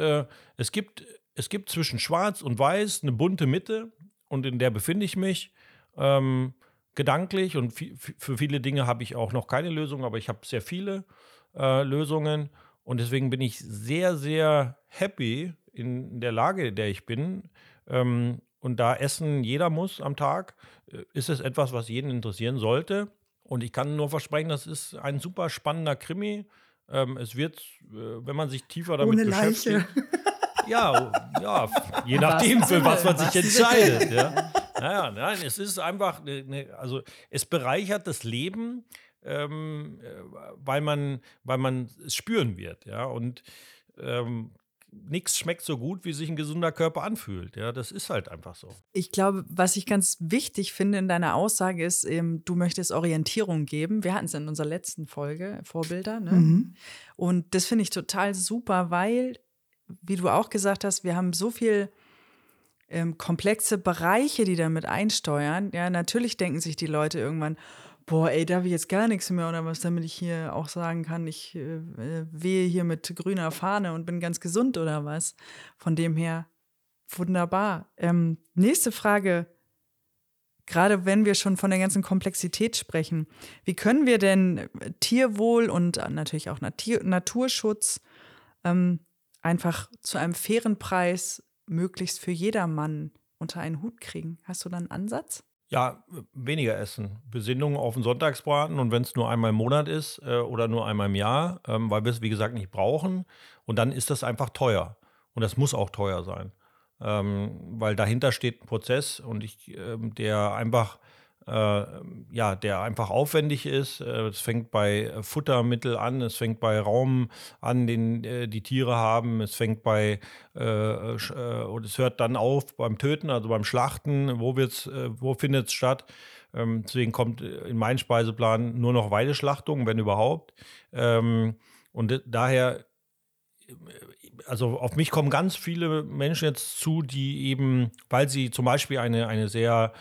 gibt zwischen Schwarz und Weiß eine bunte Mitte und in der befinde ich mich gedanklich. Und für viele Dinge habe ich auch noch keine Lösung, aber ich habe sehr viele Lösungen. Und deswegen bin ich sehr, sehr happy in der Lage, in der ich bin. Und da Essen jeder muss am Tag, ist es etwas, was jeden interessieren sollte. Und ich kann nur versprechen, das ist ein super spannender Krimi. Es wird, wenn man sich tiefer damit Ohne beschäftigt. Leiche. Ja, je nachdem, für was man sich entscheidet. Ja. Naja, nein, es ist einfach, also es bereichert das Leben, weil man es spüren wird. Ja. Und nichts schmeckt so gut, wie sich ein gesunder Körper anfühlt. Ja, das ist halt einfach so. Ich glaube, was ich ganz wichtig finde in deiner Aussage ist, du möchtest Orientierung geben. Wir hatten es in unserer letzten Folge, Vorbilder. Ne? Mhm. Und das finde ich total super, weil, wie du auch gesagt hast, wir haben so viel komplexe Bereiche, die damit einsteuern. Ja, natürlich denken sich die Leute irgendwann, boah, ey, darf ich jetzt gar nichts mehr oder was, damit ich hier auch sagen kann, ich wehe hier mit grüner Fahne und bin ganz gesund oder was. Von dem her, wunderbar. Nächste Frage, gerade wenn wir schon von der ganzen Komplexität sprechen, wie können wir denn Tierwohl und natürlich auch Naturschutz einfach zu einem fairen Preis möglichst für jedermann unter einen Hut kriegen? Hast du da einen Ansatz? Ja, weniger essen. Besinnung auf den Sonntagsbraten und wenn es nur einmal im Monat ist oder nur einmal im Jahr, weil wir es, wie gesagt, nicht brauchen. Und dann ist das einfach teuer. Und das muss auch teuer sein. Weil dahinter steht ein Prozess und der einfach aufwendig ist. Es fängt bei Futtermittel an, es fängt bei Raum an, den die Tiere haben, es fängt und es hört dann auf beim Töten, also beim Schlachten, wo findet es statt. Deswegen kommt in meinen Speiseplan nur noch Weideschlachtung, wenn überhaupt. Und daher, also auf mich kommen ganz viele Menschen jetzt zu, die eben, weil sie zum Beispiel eine sehr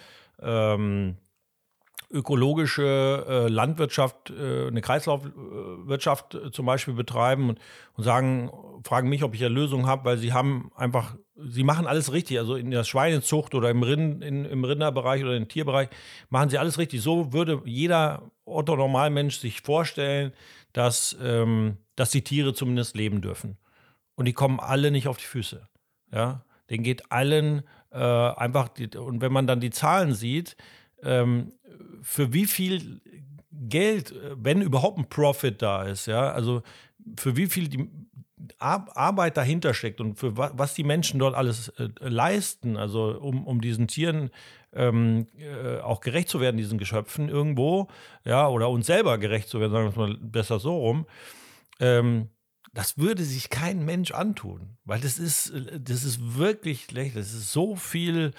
ökologische Landwirtschaft, eine Kreislaufwirtschaft zum Beispiel betreiben und fragen mich, ob ich eine Lösung habe, weil sie machen alles richtig. Also in der Schweinezucht oder im Rinderbereich oder im Tierbereich machen sie alles richtig. So würde jeder Otto-Normalmensch sich vorstellen, dass die Tiere zumindest leben dürfen. Und die kommen alle nicht auf die Füße. Ja? Denen geht allen und wenn man dann die Zahlen sieht, für wie viel Geld, wenn überhaupt ein Profit da ist, ja, also für wie viel die Arbeit dahinter steckt und für was die Menschen dort alles leisten, also um diesen Tieren auch gerecht zu werden, diesen Geschöpfen irgendwo, ja, oder uns selber gerecht zu werden, sagen wir es mal besser so rum, das würde sich kein Mensch antun, weil das ist wirklich schlecht. Das ist so viel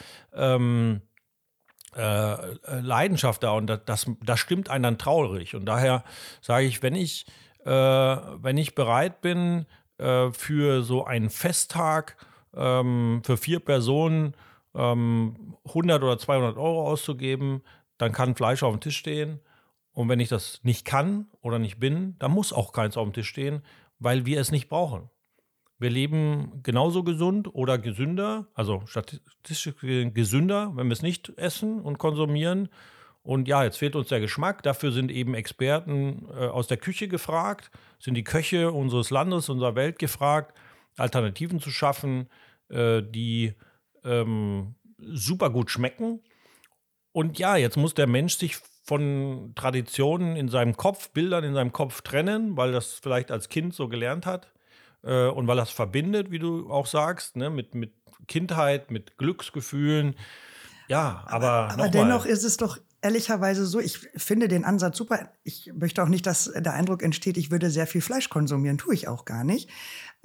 Leidenschaft da und das stimmt einen dann traurig. Und daher sage ich, wenn ich bereit bin, für so einen Festtag für 4 Personen 100 oder 200 Euro auszugeben, dann kann Fleisch auf dem Tisch stehen. Und wenn ich das nicht kann oder nicht bin, dann muss auch keins auf dem Tisch stehen, weil wir es nicht brauchen. Wir leben genauso gesund oder gesünder, also statistisch gesünder, wenn wir es nicht essen und konsumieren. Und ja, jetzt fehlt uns der Geschmack. Dafür sind eben Experten aus der Küche gefragt, sind die Köche unseres Landes, unserer Welt gefragt, Alternativen zu schaffen, die super gut schmecken. Und ja, jetzt muss der Mensch sich von Traditionen in seinem Kopf, Bildern in seinem Kopf trennen, weil das vielleicht als Kind so gelernt hat und weil das verbindet, wie du auch sagst, ne, mit Kindheit, mit Glücksgefühlen. Ja, aber dennoch ist es doch ehrlicherweise so, ich finde den Ansatz super. Ich möchte auch nicht, dass der Eindruck entsteht, ich würde sehr viel Fleisch konsumieren. Tue ich auch gar nicht.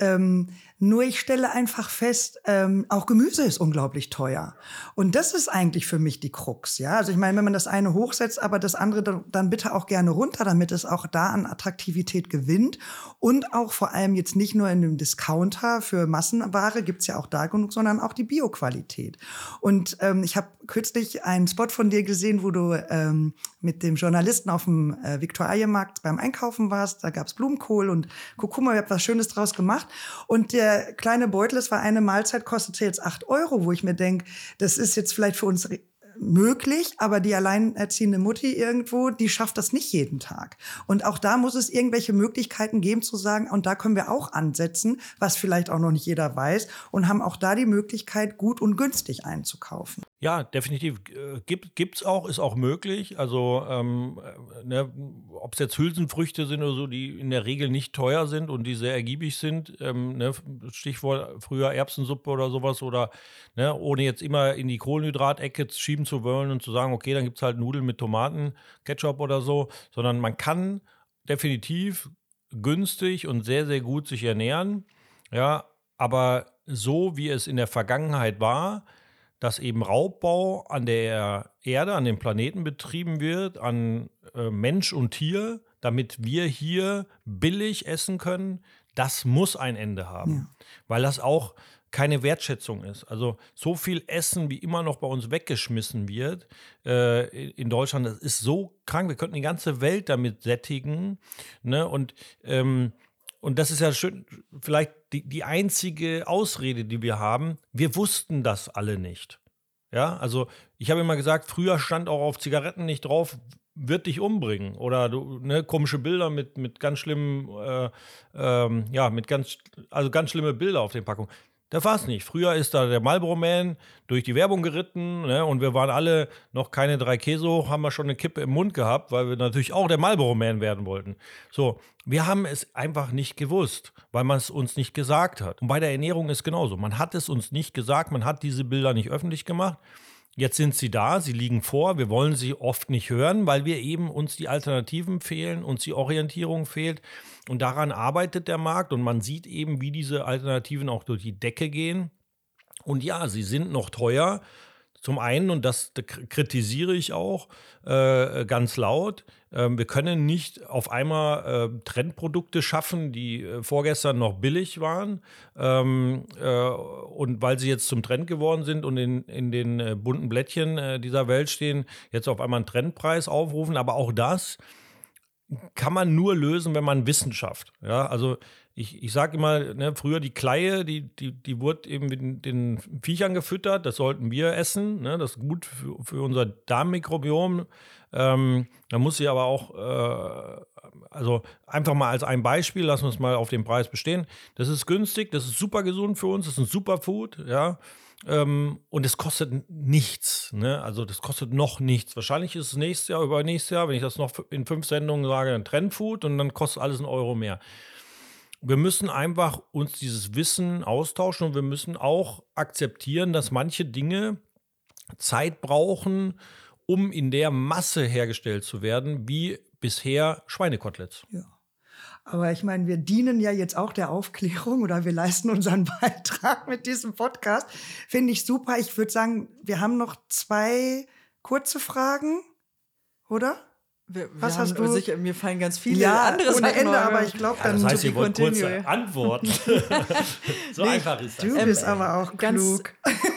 Nur ich stelle einfach fest, auch Gemüse ist unglaublich teuer. Und das ist eigentlich für mich die Krux. Ja? Also ich meine, wenn man das eine hochsetzt, aber das andere dann bitte auch gerne runter, damit es auch da an Attraktivität gewinnt. Und auch vor allem jetzt nicht nur in einem Discounter für Massenware, gibt's ja auch da genug, sondern auch die Bioqualität. Und ich habe kürzlich einen Spot von dir gesehen, wo du mit dem Journalisten auf dem Viktualienmarkt beim Einkaufen warst. Da gab's Blumenkohl und Kurkuma, ihr habt was Schönes draus gemacht. Und der kleine Beutel, es war eine Mahlzeit, kostete jetzt 8 Euro, wo ich mir denke, das ist jetzt vielleicht für uns möglich, aber die alleinerziehende Mutti irgendwo, die schafft das nicht jeden Tag. Und auch da muss es irgendwelche Möglichkeiten geben zu sagen, und da können wir auch ansetzen, was vielleicht auch noch nicht jeder weiß, und haben auch da die Möglichkeit, gut und günstig einzukaufen. Ja, definitiv. Gibt's auch, ist auch möglich. Also, ne, ob es jetzt Hülsenfrüchte sind oder so, die in der Regel nicht teuer sind und die sehr ergiebig sind. Ne, Stichwort früher Erbsensuppe oder sowas oder ne, ohne jetzt immer in die Kohlenhydratecke schieben zu wollen und zu sagen, okay, dann gibt's halt Nudeln mit Tomaten, Ketchup oder so, sondern man kann definitiv günstig und sehr, sehr gut sich ernähren. Ja, aber so wie es in der Vergangenheit war, dass eben Raubbau an der Erde, an dem Planeten betrieben wird, an Mensch und Tier, damit wir hier billig essen können, das muss ein Ende haben. Ja. Weil das auch keine Wertschätzung ist. Also so viel Essen, wie immer noch bei uns weggeschmissen wird in Deutschland, das ist so krank. Wir könnten die ganze Welt damit sättigen. Ne? Und das ist ja schön, vielleicht die einzige Ausrede, die wir haben. Wir wussten das alle nicht. Ja, also ich habe immer gesagt, früher stand auch auf Zigaretten nicht drauf, wird dich umbringen. Oder du, ne, komische Bilder mit ganz schlimmen, also ganz schlimme Bilder auf den Packungen. Das war es nicht. Früher ist da der Marlboro Man durch die Werbung geritten, ne, und wir waren alle noch keine 3 Käse hoch, haben wir schon eine Kippe im Mund gehabt, weil wir natürlich auch der Marlboro Man werden wollten. So, wir haben es einfach nicht gewusst, weil man es uns nicht gesagt hat. Und bei der Ernährung ist genauso. Man hat es uns nicht gesagt, man hat diese Bilder nicht öffentlich gemacht. Jetzt sind sie da, sie liegen vor, wir wollen sie oft nicht hören, weil wir eben uns die Alternativen fehlen, uns die Orientierung fehlt. Und daran arbeitet der Markt und man sieht eben, wie diese Alternativen auch durch die Decke gehen. Und ja, sie sind noch teuer. Zum einen, und das kritisiere ich auch ganz laut, wir können nicht auf einmal Trendprodukte schaffen, die vorgestern noch billig waren. Und weil sie jetzt zum Trend geworden sind und in den bunten Blättchen dieser Welt stehen, jetzt auf einmal einen Trendpreis aufrufen. Aber auch das kann man nur lösen, wenn man Wissenschaft. Ja, also ich sage immer, ne, früher die Kleie, die wurde eben mit den Viechern gefüttert, das sollten wir essen, ne, das ist gut für unser Darmmikrobiom. Da muss sie aber auch, also einfach mal als ein Beispiel, lassen wir uns mal auf den Preis bestehen. Das ist günstig, das ist super gesund für uns, das ist ein Superfood, ja. Und es kostet nichts, ne? Also das kostet noch nichts. Wahrscheinlich ist es nächstes Jahr, übernächstes Jahr, wenn ich das noch in 5 Sendungen sage, ein Trendfood und dann kostet alles 1 Euro mehr. Wir müssen einfach uns dieses Wissen austauschen und wir müssen auch akzeptieren, dass manche Dinge Zeit brauchen, um in der Masse hergestellt zu werden, wie bisher Schweinekoteletts. Ja. Aber ich meine, wir dienen ja jetzt auch der Aufklärung oder wir leisten unseren Beitrag mit diesem Podcast. Finde ich super. Ich würde sagen, wir haben noch 2 kurze Fragen, oder? Was hast du? Sicher, mir fallen ganz viele ja, andere ohne Sachen Ende, noch. aber ich glaube, dann das heißt, ihr wollt kurze Antworten. So einfach ist das. Du bist aber auch klug.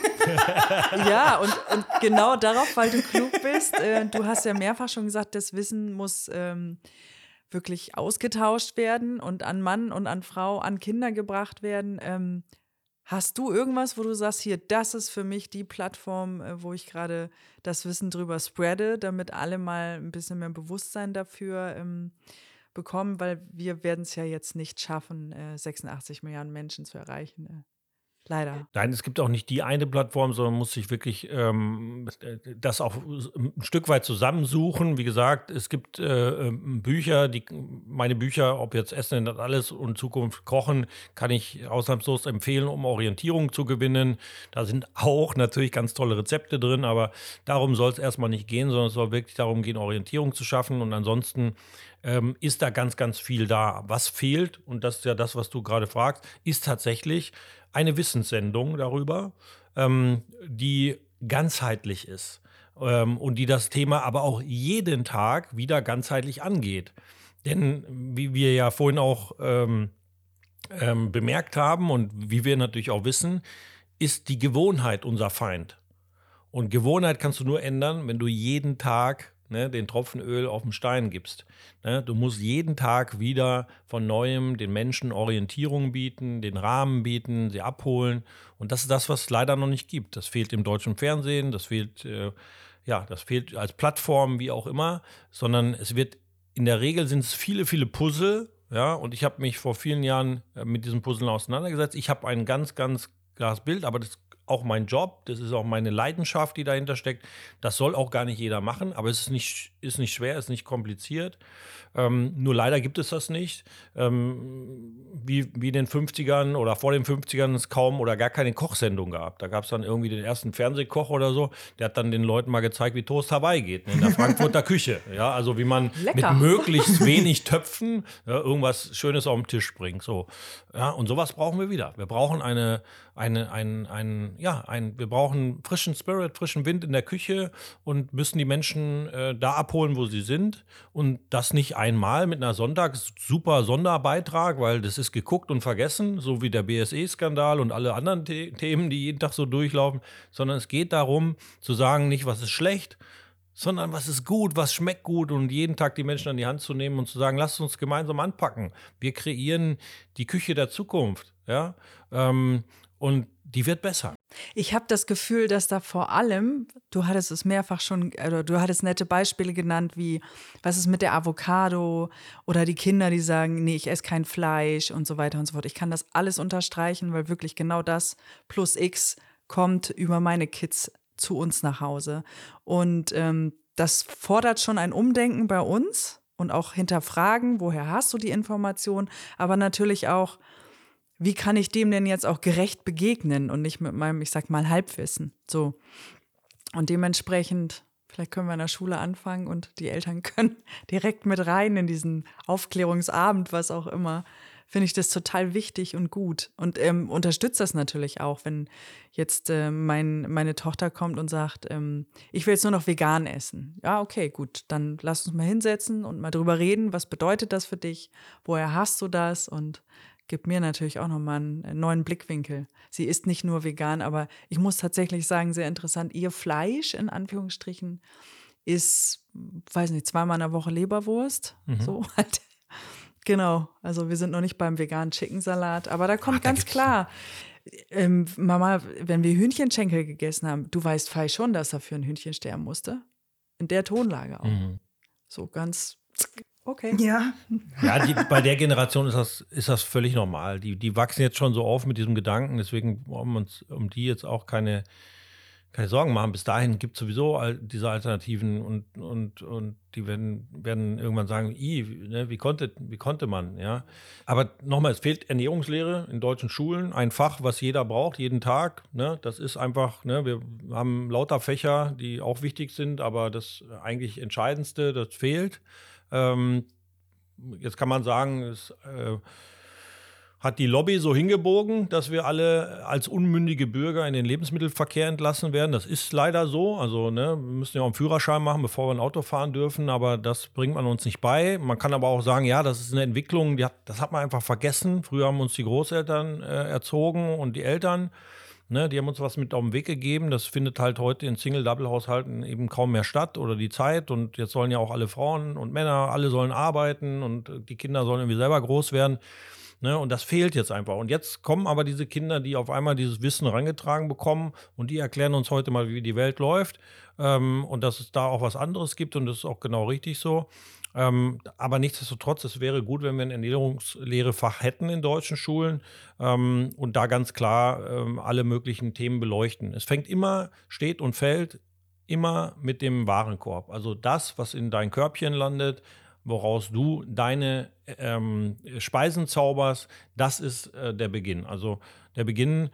Ja, und genau darauf, weil du klug bist. Du hast ja mehrfach schon gesagt, das Wissen muss wirklich ausgetauscht werden und an Mann und an Frau, an Kinder gebracht werden. Hast du irgendwas, wo du sagst, hier, das ist für mich die Plattform, wo ich gerade das Wissen drüber spreade, damit alle mal ein bisschen mehr Bewusstsein dafür bekommen, weil wir werden es ja jetzt nicht schaffen, 86 Milliarden Menschen zu erreichen. Leider. Nein, es gibt auch nicht die eine Plattform, sondern muss sich wirklich das auch ein Stück weit zusammensuchen. Wie gesagt, es gibt Bücher, meine Bücher, ob jetzt Essen ändert alles und Zukunft kochen, kann ich ausnahmslos empfehlen, um Orientierung zu gewinnen. Da sind auch natürlich ganz tolle Rezepte drin, aber darum soll es erstmal nicht gehen, sondern es soll wirklich darum gehen, Orientierung zu schaffen. Und ansonsten ist da ganz, ganz viel da. Was fehlt, und das ist ja das, was du gerade fragst, ist tatsächlich eine Wissenssendung darüber, die ganzheitlich ist und die das Thema aber auch jeden Tag wieder ganzheitlich angeht. Denn wie wir ja vorhin auch bemerkt haben und wie wir natürlich auch wissen, ist die Gewohnheit unser Feind. Und Gewohnheit kannst du nur ändern, wenn du jeden Tag den Tropfen Öl auf den Stein gibst. Du musst jeden Tag wieder von Neuem den Menschen Orientierung bieten, den Rahmen bieten, sie abholen. Und das ist das, was es leider noch nicht gibt. Das fehlt im deutschen Fernsehen, das fehlt als Plattform, wie auch immer, sondern es wird, in der Regel sind es viele, viele Puzzle. Ja, und ich habe mich vor vielen Jahren mit diesen Puzzlen auseinandergesetzt. Ich habe ein ganz, ganz klares Bild, aber das ist auch mein Job, das ist auch meine Leidenschaft, die dahinter steckt. Das soll auch gar nicht jeder machen, aber es ist nicht schwer, ist nicht kompliziert. Nur leider gibt es das nicht. Wie in den 50ern oder vor den 50ern es kaum oder gar keine Kochsendung gab. Da gab es dann irgendwie den ersten Fernsehkoch oder so, der hat dann den Leuten mal gezeigt, wie Toast Hawaii geht, in der Frankfurter Küche. Ja, also wie man Lecker. mit möglichst wenig Töpfen irgendwas Schönes auf den Tisch bringt. So. Ja, und sowas brauchen wir wieder. Wir brauchen wir brauchen frischen Spirit, frischen Wind in der Küche und müssen die Menschen da abholen, wo sie sind. Und das nicht einmal mit einer super Sonderbeitrag, weil das ist geguckt und vergessen, so wie der BSE-Skandal und alle anderen Themen, die jeden Tag so durchlaufen, sondern es geht darum, zu sagen, nicht, was ist schlecht, sondern was ist gut, was schmeckt gut und jeden Tag die Menschen an die Hand zu nehmen und zu sagen, lasst uns gemeinsam anpacken. Wir kreieren die Küche der Zukunft, ja, und die wird besser. Ich habe das Gefühl, dass da vor allem, du hattest es mehrfach schon, oder du hattest nette Beispiele genannt, wie, was ist mit der Avocado oder die Kinder, die sagen, nee, ich esse kein Fleisch und so weiter und so fort. Ich kann das alles unterstreichen, weil wirklich genau das plus X kommt über meine Kids zu uns nach Hause. Und das fordert schon ein Umdenken bei uns und auch hinterfragen, woher hast du die Information, aber natürlich auch, wie kann ich dem denn jetzt auch gerecht begegnen und nicht mit meinem, ich sag mal, Halbwissen. So. Und dementsprechend, vielleicht können wir in der Schule anfangen und die Eltern können direkt mit rein in diesen Aufklärungsabend, was auch immer. Finde ich das total wichtig und gut. Und unterstützt das natürlich auch, wenn jetzt meine Tochter kommt und sagt, ich will jetzt nur noch vegan essen. Ja, okay, gut, dann lass uns mal hinsetzen und mal drüber reden, was bedeutet das für dich, woher hast du das und gibt mir natürlich auch nochmal einen neuen Blickwinkel. Sie ist nicht nur vegan, aber ich muss tatsächlich sagen, sehr interessant, ihr Fleisch, in Anführungsstrichen, ist, weiß nicht, 2-mal in der Woche Leberwurst. So halt. Genau, also wir sind noch nicht beim veganen Chicken-Salat, aber da kommt ganz klar, Mama, wenn wir Hühnchenschenkel gegessen haben, du weißt Fei schon, dass dafür ein Hühnchen sterben musste. In der Tonlage auch. So ganz... Okay. Ja. Ja, bei der Generation ist das völlig normal. Die wachsen jetzt schon so auf mit diesem Gedanken, deswegen wollen wir uns um die jetzt auch keine Sorgen machen. Bis dahin gibt es sowieso diese Alternativen und die werden irgendwann sagen, wie konnte man, ja. Aber nochmal, es fehlt Ernährungslehre in deutschen Schulen, ein Fach, was jeder braucht, jeden Tag, ne. Das ist einfach, ne, wir haben lauter Fächer, die auch wichtig sind, aber das eigentlich Entscheidendste, das fehlt. jetzt kann man sagen, es hat die Lobby so hingebogen, dass wir alle als unmündige Bürger in den Lebensmittelverkehr entlassen werden. Das ist leider so. Also ne, wir müssen ja auch einen Führerschein machen, bevor wir ein Auto fahren dürfen. Aber das bringt man uns nicht bei. Man kann aber auch sagen, ja, das ist eine Entwicklung, das hat man einfach vergessen. Früher haben uns die Großeltern erzogen und die Eltern. Ne, die haben uns was mit auf den Weg gegeben. Das findet halt heute in Single-Double-Haushalten eben kaum mehr statt oder die Zeit. Und jetzt sollen ja auch alle Frauen und Männer, alle sollen arbeiten und die Kinder sollen irgendwie selber groß werden. Ne, und das fehlt jetzt einfach. Und jetzt kommen aber diese Kinder, die auf einmal dieses Wissen herangetragen bekommen und die erklären uns heute mal, wie die Welt läuft und dass es da auch was anderes gibt und das ist auch genau richtig so. Aber nichtsdestotrotz, es wäre gut, wenn wir ein Ernährungslehrefach hätten in deutschen Schulen und da ganz klar alle möglichen Themen beleuchten. Es steht und fällt immer mit dem Warenkorb. Also das, was in dein Körbchen landet, woraus du deine Speisen zauberst, das ist der Beginn. Also der Beginn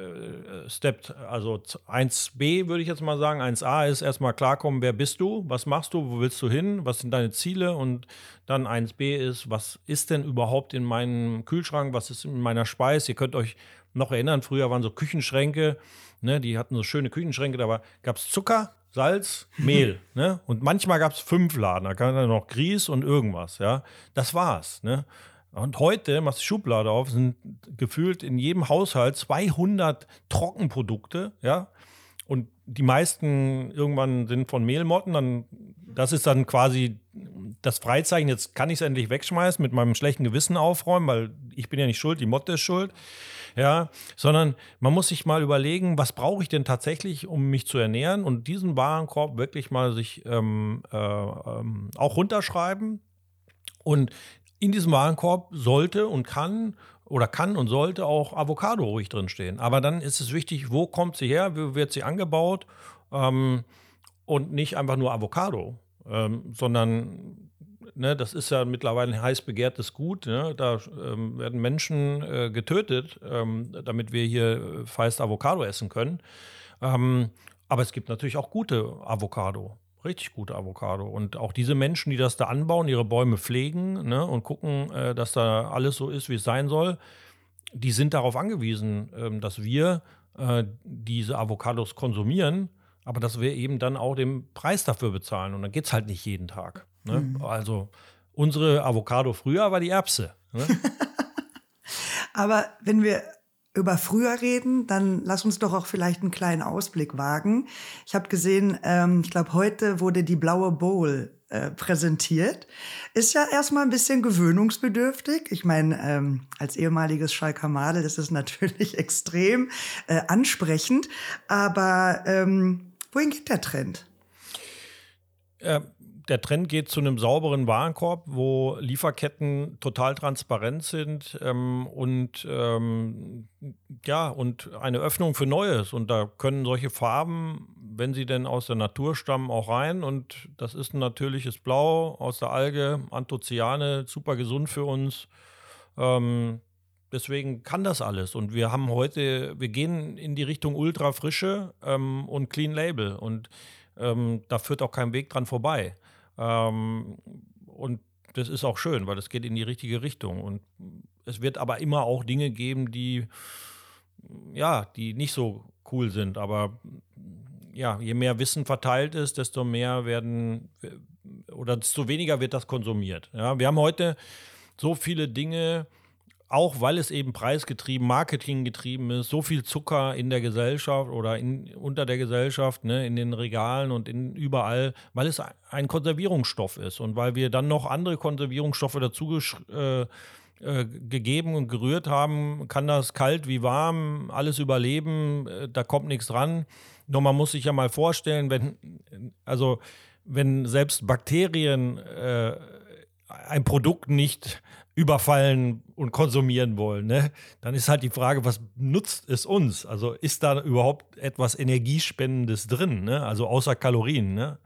also 1b würde ich jetzt mal sagen, 1a ist erstmal klarkommen, wer bist du, was machst du, wo willst du hin, was sind deine Ziele und dann 1b ist, was ist denn überhaupt in meinem Kühlschrank, was ist in meiner Speise. Ihr könnt euch noch erinnern, früher waren so Küchenschränke, ne, die hatten so schöne Küchenschränke, da gab es Zucker, Salz, Mehl, ne? Und manchmal gab es 5 Laden, da kam dann noch Grieß und irgendwas, ja. Das war's, ne? Und heute machst du die Schublade auf, sind gefühlt in jedem Haushalt 200 Trockenprodukte, ja. Und die meisten irgendwann sind von Mehlmotten, das ist dann quasi das Freizeichen, jetzt kann ich es endlich wegschmeißen, mit meinem schlechten Gewissen aufräumen, weil ich bin ja nicht schuld, die Motte ist schuld. Ja, sondern man muss sich mal überlegen, was brauche ich denn tatsächlich, um mich zu ernähren und diesen Warenkorb wirklich mal sich auch runterschreiben und in diesem Warenkorb sollte und kann und sollte auch Avocado ruhig drinstehen. Aber dann ist es wichtig, wo kommt sie her, wie wird sie angebaut und nicht einfach nur Avocado, sondern ne, das ist ja mittlerweile ein heiß begehrtes Gut. Ne? Da werden Menschen getötet, damit wir hier feist Avocado essen können. Aber es gibt natürlich auch gute Avocado. Richtig gute Avocado. Und auch diese Menschen, die das da anbauen, ihre Bäume pflegen, ne, und gucken, dass da alles so ist, wie es sein soll, die sind darauf angewiesen, dass wir diese Avocados konsumieren, aber dass wir eben dann auch den Preis dafür bezahlen. Und dann geht es halt nicht jeden Tag. Ne? Mhm. Also unsere Avocado früher war die Erbse. Ne? Aber wenn wir über früher reden, dann lass uns doch auch vielleicht einen kleinen Ausblick wagen. Ich habe gesehen, ich glaube, heute wurde die blaue Bowl präsentiert. Ist ja erstmal ein bisschen gewöhnungsbedürftig. Ich meine, als ehemaliges Schalker Madel ist es natürlich extrem ansprechend. Aber wohin geht der Trend? Der Trend geht zu einem sauberen Warenkorb, wo Lieferketten total transparent sind und eine Öffnung für Neues. Und da können solche Farben, wenn sie denn aus der Natur stammen, auch rein. Und das ist ein natürliches Blau aus der Alge, Anthocyane, super gesund für uns. Deswegen kann das alles. Und wir gehen in die Richtung Ultrafrische und Clean Label. Und da führt auch kein Weg dran vorbei. Und das ist auch schön, weil es geht in die richtige Richtung. Und es wird aber immer auch Dinge geben, die nicht so cool sind. Aber ja, je mehr Wissen verteilt ist, desto weniger wird das konsumiert. Ja, wir haben heute so viele Dinge, auch weil es eben preisgetrieben, marketinggetrieben ist, so viel Zucker in der Gesellschaft oder unter der Gesellschaft, ne, in den Regalen und überall, weil es ein Konservierungsstoff ist und weil wir dann noch andere Konservierungsstoffe dazu gegeben und gerührt haben, kann das kalt wie warm alles überleben, da kommt nichts dran. Nur man muss sich ja mal vorstellen, wenn selbst Bakterien ein Produkt nicht überfallen und konsumieren wollen, ne? Dann ist halt die Frage, was nutzt es uns? Also ist da überhaupt etwas Energiespendendes drin, ne? Also außer Kalorien, ne?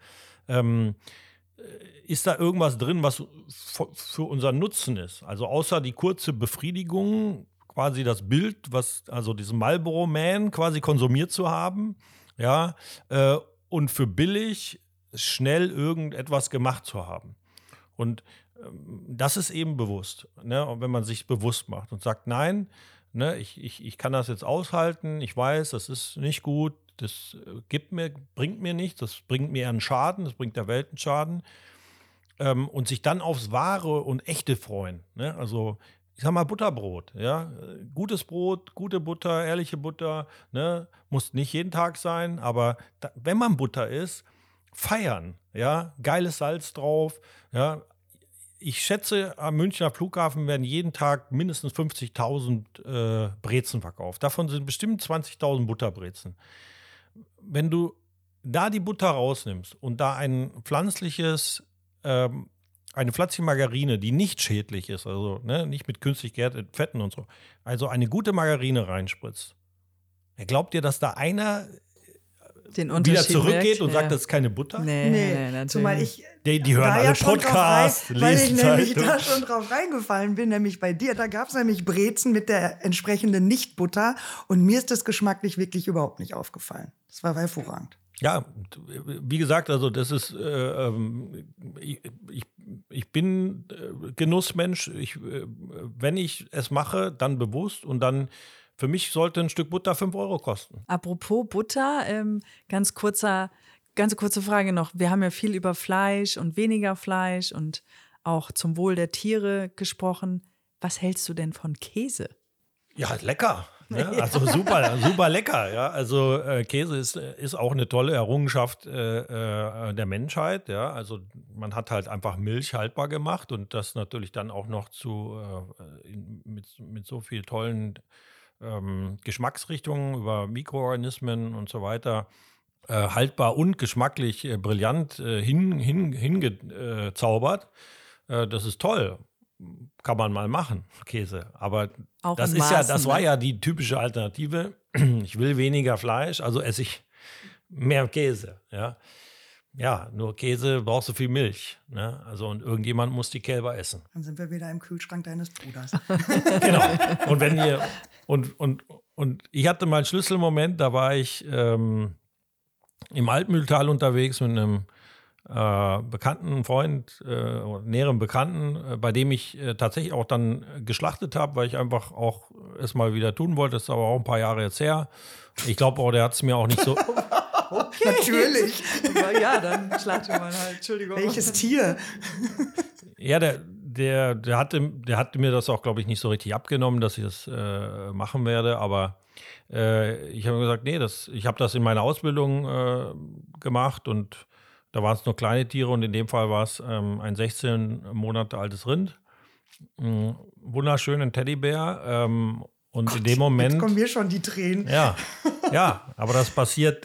Ist da irgendwas drin, was für unseren Nutzen ist? Also außer die kurze Befriedigung, quasi das Bild, also diesen Marlboro Man quasi konsumiert zu haben, ja, und für billig schnell irgendetwas gemacht zu haben. Und das ist eben bewusst, ne? Und wenn man sich bewusst macht und sagt, nein, ne, ich kann das jetzt aushalten, ich weiß, das ist nicht gut, das bringt mir nichts, das bringt mir einen Schaden, das bringt der Welt einen Schaden. Und sich dann aufs Wahre und Echte freuen. Ne? Also, ich sag mal, Butterbrot, ja. Gutes Brot, gute Butter, ehrliche Butter, ne? Muss nicht jeden Tag sein, aber wenn man Butter isst, feiern, ja. Geiles Salz drauf, ja. Ich schätze, am Münchner Flughafen werden jeden Tag mindestens 50.000 Brezen verkauft. Davon sind bestimmt 20.000 Butterbrezen. Wenn du da die Butter rausnimmst und da eine pflanzliche Margarine, die nicht schädlich ist, also ne, nicht mit künstlich gärenden Fetten und so, also eine gute Margarine reinspritzt. Glaubt ihr, dass da einer Den wieder Unterschied zurückgeht merkt? und sagt, Ja. das ist keine Butter? Nee, natürlich. zumal ich Die hören da alle ja schon Podcasts, drauf rein, weil ich lesen nämlich Zeitung. da schon drauf reingefallen bin, nämlich bei dir. Da gab es nämlich Brezen mit der entsprechenden Nicht-Butter und mir ist das geschmacklich wirklich überhaupt nicht aufgefallen. Das war hervorragend. Ja, wie gesagt, also das ist, ich bin Genussmensch. Wenn ich es mache, dann bewusst und dann, für mich sollte ein Stück Butter 5 Euro kosten. Apropos Butter, ganz kurze Frage noch. Wir haben ja viel über Fleisch und weniger Fleisch und auch zum Wohl der Tiere gesprochen. Was hältst du denn von Käse? Ja, lecker. Ne? Also super, super lecker. Ja? Also Käse ist auch eine tolle Errungenschaft der Menschheit. Ja? Also man hat halt einfach Milch haltbar gemacht und das natürlich dann auch noch mit so viel tollen Geschmacksrichtungen über Mikroorganismen und so weiter haltbar und geschmacklich brillant hingezaubert. Das ist toll. Kann man mal machen, Käse. Aber Auch das in ist ja, Maßen, das war ne? ja die typische Alternative. Ich will weniger Fleisch, also esse ich mehr Käse. Ja, ja, nur Käse brauchst du viel Milch. Ne? Also und irgendjemand muss die Kälber essen. Dann sind wir wieder im Kühlschrank deines Bruders. Genau. Und wenn ihr und ich hatte mal einen Schlüsselmoment, da war ich im Altmühltal unterwegs mit einem bekannten Freund, näheren Bekannten, bei dem ich tatsächlich auch dann geschlachtet habe, weil ich einfach auch es mal wieder tun wollte. Das ist aber auch ein paar Jahre jetzt her. Ich glaube auch, der hat es mir auch nicht so. Natürlich. Ja, dann schlagt ihr mal halt. Entschuldigung. Welches Tier? Ja, der hatte mir das auch, glaube ich, nicht so richtig abgenommen, dass ich das machen werde. Aber ich habe gesagt, nee, ich habe das in meiner Ausbildung gemacht und da waren es nur kleine Tiere und in dem Fall war es ein 16 Monate altes Rind. Wunderschönen Teddybär. Und in dem Moment. Jetzt kommen mir schon die Tränen. Ja, ja, aber das passiert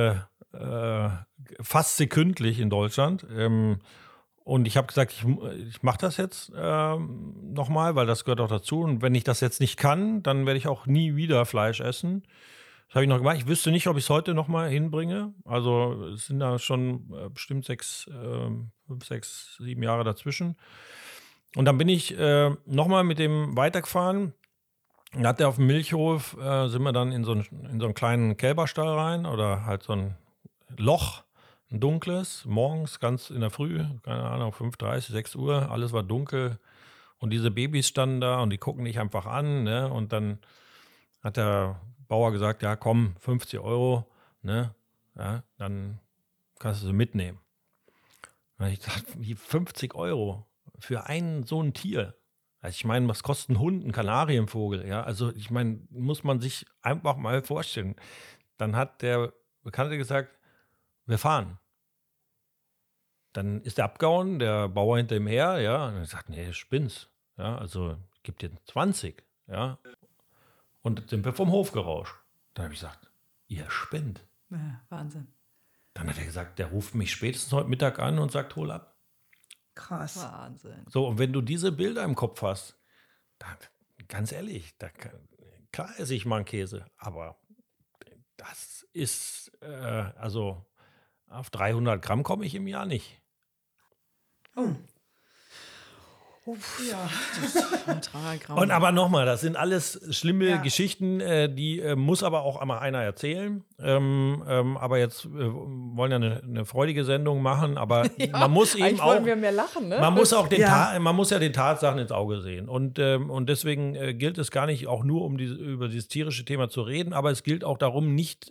fast sekündlich in Deutschland. Und ich habe gesagt, ich mache das jetzt nochmal, weil das gehört auch dazu. Und wenn ich das jetzt nicht kann, dann werde ich auch nie wieder Fleisch essen. Das habe ich noch gemacht. Ich wüsste nicht, ob ich es heute nochmal hinbringe. Also es sind da schon bestimmt 5, 6, 7 Jahre dazwischen. Und dann bin ich nochmal mit dem weitergefahren. Und hat er auf dem Milchhof, sind wir dann in so einen kleinen Kälberstall rein oder halt so ein Loch, ein dunkles, morgens ganz in der Früh, keine Ahnung, 5:30, 6 Uhr, alles war dunkel und diese Babys standen da und die gucken dich einfach an, ne? Und dann hat der Bauer gesagt, ja komm, 50 Euro, ne? Ja, dann kannst du sie mitnehmen. Und ich dachte, wie 50 Euro für so ein Tier? Also ich meine, was kostet ein Hund, ein Kanarienvogel? Ja, also ich meine, muss man sich einfach mal vorstellen. Dann hat der Bekannte gesagt, wir fahren. Dann ist er abgehauen, der Bauer hinter ihm her, ja, und er sagt, nee, spinnst. Ja, also ich gebe dir 20, ja. Und dann sind wir vom Hof gerauscht. Dann habe ich gesagt, ihr spinnt. Ja, Wahnsinn. Dann hat er gesagt, der ruft mich spätestens heute Mittag an und sagt, hol ab. Krass. Wahnsinn. So, und wenn du diese Bilder im Kopf hast, dann, ganz ehrlich, klar esse ich mal einen Käse, aber das ist, also auf 300 Gramm komme ich im Jahr nicht. Ja. Total grau. Und aber nochmal, das sind alles schlimme Geschichten, die muss aber auch einmal einer erzählen. Aber jetzt wollen ja eine freudige Sendung machen, aber man muss eben eigentlich auch. wollen wir mehr lachen, ne? Man muss auch man muss ja den Tatsachen ins Auge sehen. Und deswegen gilt es gar nicht auch nur, über dieses tierische Thema zu reden, aber es gilt auch darum, nicht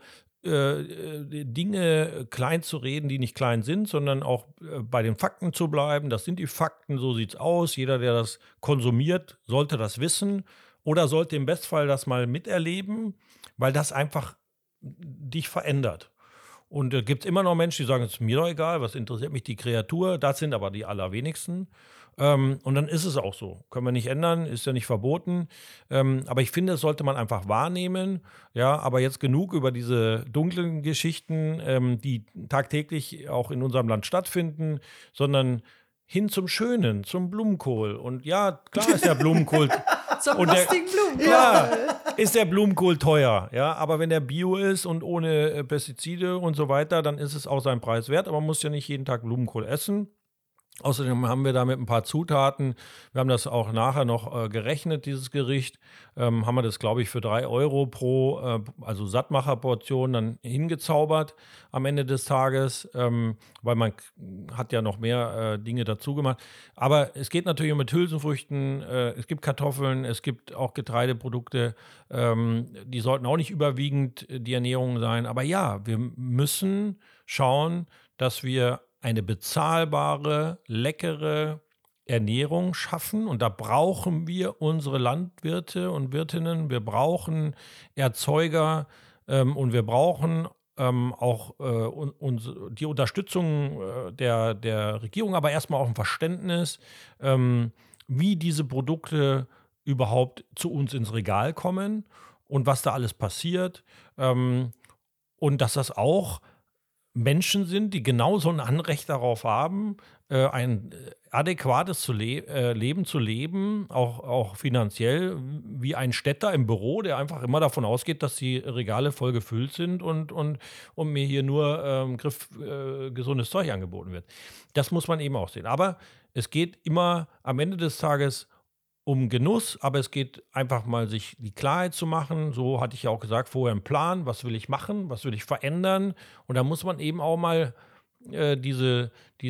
Dinge klein zu reden, die nicht klein sind, sondern auch bei den Fakten zu bleiben. Das sind die Fakten, so sieht's aus. Jeder, der das konsumiert, sollte das wissen oder sollte im Bestfall das mal miterleben, weil das einfach dich verändert. Und gibt es immer noch Menschen, die sagen, es ist mir doch egal, was interessiert mich die Kreatur. Das sind aber die allerwenigsten. Und dann ist es auch so. Können wir nicht ändern, ist ja nicht verboten. Aber ich finde, das sollte man einfach wahrnehmen. Ja, aber jetzt genug über diese dunklen Geschichten, die tagtäglich auch in unserem Land stattfinden, sondern hin zum Schönen, zum Blumenkohl. Und ja, klar ist der Blumenkohl. Zum und lustigen Blumenkohl. Klar ist der Blumenkohl teuer, ja, aber wenn der Bio ist und ohne Pestizide und so weiter, dann ist es auch seinen Preis wert, aber man muss ja nicht jeden Tag Blumenkohl essen. Außerdem haben wir damit ein paar Zutaten. Wir haben das auch nachher noch gerechnet, dieses Gericht. Haben wir das, glaube ich, für 3 Euro pro, also Sattmacherportion dann hingezaubert am Ende des Tages, weil man hat ja noch mehr Dinge dazu gemacht. Aber es geht natürlich mit Hülsenfrüchten, es gibt Kartoffeln, es gibt auch Getreideprodukte. Die sollten auch nicht überwiegend die Ernährung sein. Aber ja, wir müssen schauen, dass wir eine bezahlbare, leckere Ernährung schaffen. Und da brauchen wir unsere Landwirte und Wirtinnen, wir brauchen Erzeuger und wir brauchen auch die Unterstützung der Regierung, aber erstmal auch ein Verständnis, wie diese Produkte überhaupt zu uns ins Regal kommen und was da alles passiert. Und dass das auch Menschen sind, die genauso ein Anrecht darauf haben, ein adäquates Leben zu leben, auch finanziell, wie ein Städter im Büro, der einfach immer davon ausgeht, dass die Regale voll gefüllt sind und mir hier nur gesundes Zeug angeboten wird. Das muss man eben auch sehen. Aber es geht immer am Ende des Tages um Genuss, aber es geht einfach mal, sich die Klarheit zu machen. So hatte ich ja auch gesagt, vorher einen Plan, was will ich machen, was will ich verändern. Und da muss man eben auch mal diese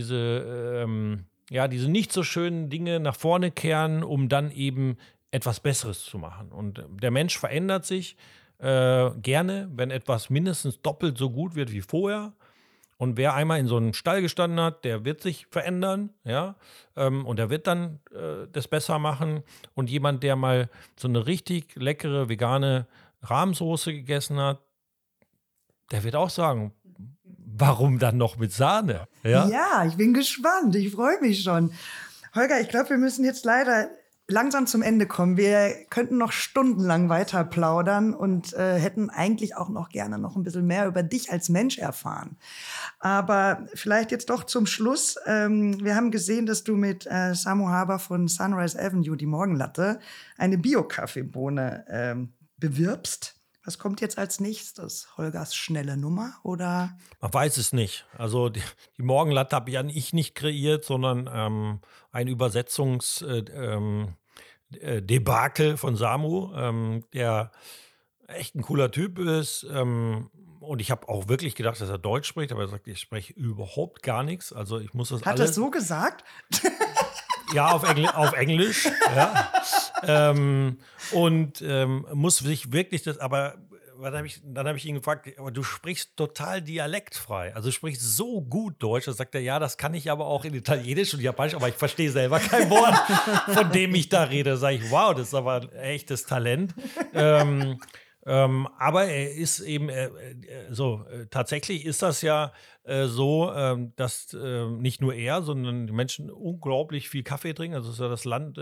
nicht so schönen Dinge nach vorne kehren, um dann eben etwas Besseres zu machen. Und der Mensch verändert sich gerne, wenn etwas mindestens doppelt so gut wird wie vorher. Und wer einmal in so einem Stall gestanden hat, der wird sich verändern, ja, und der wird dann das besser machen. Und jemand, der mal so eine richtig leckere vegane Rahmsoße gegessen hat, der wird auch sagen, warum dann noch mit Sahne? Ja, ich bin gespannt, ich freue mich schon. Holger, ich glaube, wir müssen jetzt leider langsam zum Ende kommen. Wir könnten noch stundenlang weiter plaudern und hätten eigentlich auch noch gerne noch ein bisschen mehr über dich als Mensch erfahren. Aber vielleicht jetzt doch zum Schluss. Wir haben gesehen, dass du mit Samu Haber von Sunrise Avenue, die Morgenlatte, eine Bio-Kaffeebohne bewirbst. Was kommt jetzt als nächstes? Holgers schnelle Nummer oder? Man weiß es nicht. Also die Morgenlatte habe ja ich nicht kreiert, sondern ein Übersetzungsdebakel von Samu, der echt ein cooler Typ ist. Und ich habe auch wirklich gedacht, dass er Deutsch spricht, aber er sagt, ich spreche überhaupt gar nichts. Also ich muss das Hat er so gesagt? Ja, auf Englisch. Ja. Muss sich wirklich aber dann habe ich ihn gefragt, aber du sprichst total dialektfrei. Also du sprichst so gut Deutsch. Da sagt er, ja, das kann ich aber auch in Italienisch und Japanisch, aber ich verstehe selber kein Wort, von dem ich da rede. Da sage ich, wow, das ist aber ein echtes Talent. Aber er ist eben tatsächlich ist das ja so, dass nicht nur er, sondern die Menschen unglaublich viel Kaffee trinken. Also es ist ja das Land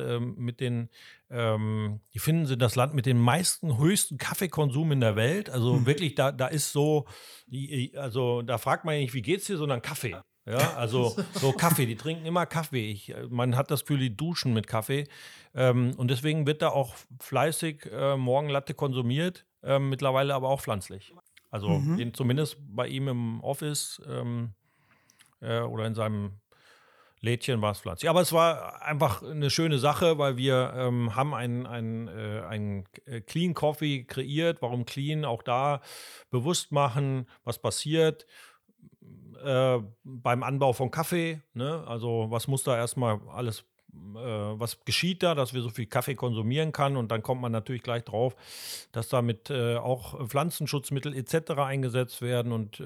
die Finnen sind das Land mit dem höchsten Kaffeekonsum in der Welt. Also wirklich, da ist so, also da fragt man nicht, wie geht's dir, sondern Kaffee. Ja, also so Kaffee, die trinken immer Kaffee. Man hat das Gefühl, die duschen mit Kaffee. Und deswegen wird da auch fleißig Morgenlatte konsumiert, mittlerweile aber auch pflanzlich. Also zumindest bei ihm im Office oder in seinem Lädchen war es pflanzlich. Aber es war einfach eine schöne Sache, weil wir haben einen Clean Coffee kreiert. Warum Clean? Auch da bewusst machen, was passiert beim Anbau von Kaffee. Ne? Also was muss da erstmal alles, was geschieht da, dass wir so viel Kaffee konsumieren kann. Und dann kommt man natürlich gleich drauf, dass damit auch Pflanzenschutzmittel etc. eingesetzt werden. Und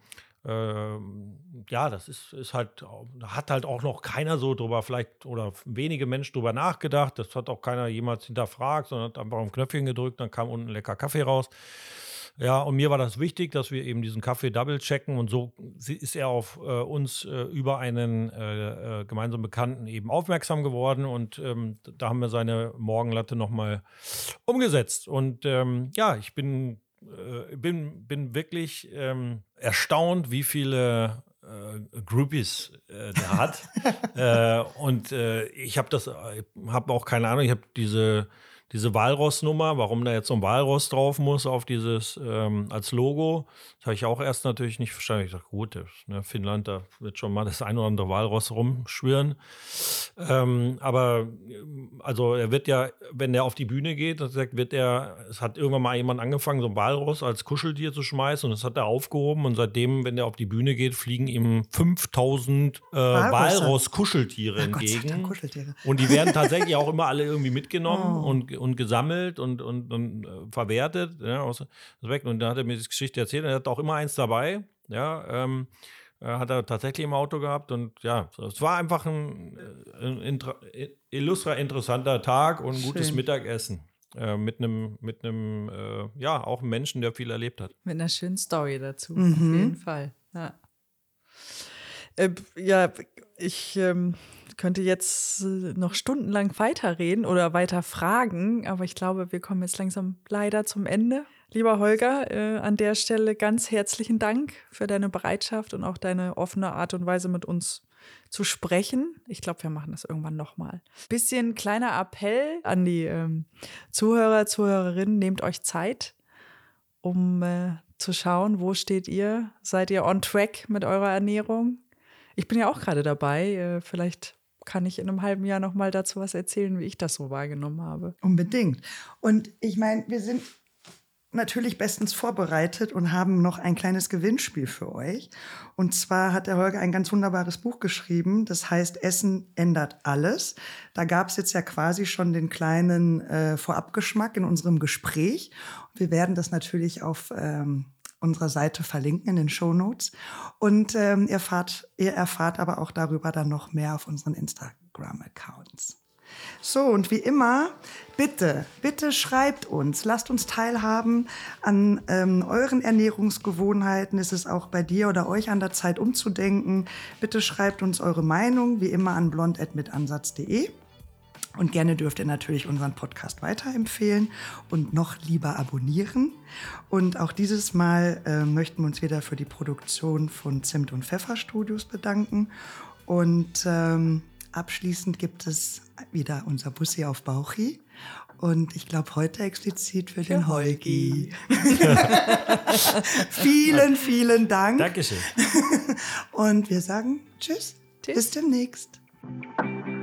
ja, das ist halt, da hat halt auch noch keiner so drüber, vielleicht oder wenige Menschen drüber nachgedacht. Das hat auch keiner jemals hinterfragt, sondern hat einfach auf ein Knöpfchen gedrückt, dann kam unten lecker Kaffee raus. Ja, und mir war das wichtig, dass wir eben diesen Kaffee double checken und so ist er auf uns über einen gemeinsamen Bekannten eben aufmerksam geworden und da haben wir seine Morgenlatte nochmal umgesetzt. Und ja, ich bin wirklich erstaunt, wie viele Groupies der hat. Und ich habe auch keine Ahnung, ich habe diese Walross-Nummer, warum da jetzt so ein Walross drauf muss auf dieses als Logo. Das habe ich auch erst natürlich nicht verstanden. Ich dachte, gut, ne, Finnland, da wird schon mal das ein oder andere Walross rumschwirren. Aber also er wird ja, wenn er auf die Bühne geht, es hat irgendwann mal jemand angefangen, so ein Walross als Kuscheltier zu schmeißen und das hat er aufgehoben und seitdem, wenn er auf die Bühne geht, fliegen ihm 5000 Walross-Kuscheltiere entgegen. Kuscheltiere. Und die werden tatsächlich auch immer alle irgendwie mitgenommen und gesammelt und verwertet. Ja, und dann hat er mir die Geschichte erzählt. Er hat auch immer eins dabei. Ja, hat er tatsächlich im Auto gehabt. Und ja, es war einfach ein interessanter Tag und ein gutes Mittagessen. Mit einem ja, auch einem Menschen, der viel erlebt hat. Mit einer schönen Story dazu, auf jeden Fall. Ja, ja ich könnte jetzt noch stundenlang weiterreden oder weiter fragen, aber ich glaube, wir kommen jetzt langsam leider zum Ende. Lieber Holger, an der Stelle ganz herzlichen Dank für deine Bereitschaft und auch deine offene Art und Weise, mit uns zu sprechen. Ich glaube, wir machen das irgendwann nochmal. Bisschen kleiner Appell an die Zuhörer, Zuhörerinnen, nehmt euch Zeit, um zu schauen, wo steht ihr? Seid ihr on track mit eurer Ernährung? Ich bin ja auch gerade dabei. Vielleicht kann ich in einem halben Jahr noch mal dazu was erzählen, wie ich das so wahrgenommen habe. Unbedingt. Und ich meine, wir sind natürlich bestens vorbereitet und haben noch ein kleines Gewinnspiel für euch. Und zwar hat der Holger ein ganz wunderbares Buch geschrieben, das heißt Essen ändert alles. Da gab es jetzt ja quasi schon den kleinen Vorabgeschmack in unserem Gespräch. Wir werden das natürlich auf unserer Seite verlinken in den Shownotes. Und ihr erfahrt aber auch darüber dann noch mehr auf unseren Instagram-Accounts. So, und wie immer, bitte schreibt uns, lasst uns teilhaben an euren Ernährungsgewohnheiten. Ist es auch bei dir oder euch an der Zeit umzudenken? Bitte schreibt uns eure Meinung, wie immer an blond@mitansatz.de. Und gerne dürft ihr natürlich unseren Podcast weiterempfehlen und noch lieber abonnieren. Und auch dieses Mal möchten wir uns wieder für die Produktion von Zimt und Pfeffer Studios bedanken. Und abschließend gibt es wieder unser Bussi auf Bauchi. Und ich glaube, heute explizit für den Holgi. Vielen Dank. Dankeschön. Und wir sagen Tschüss. Bis demnächst.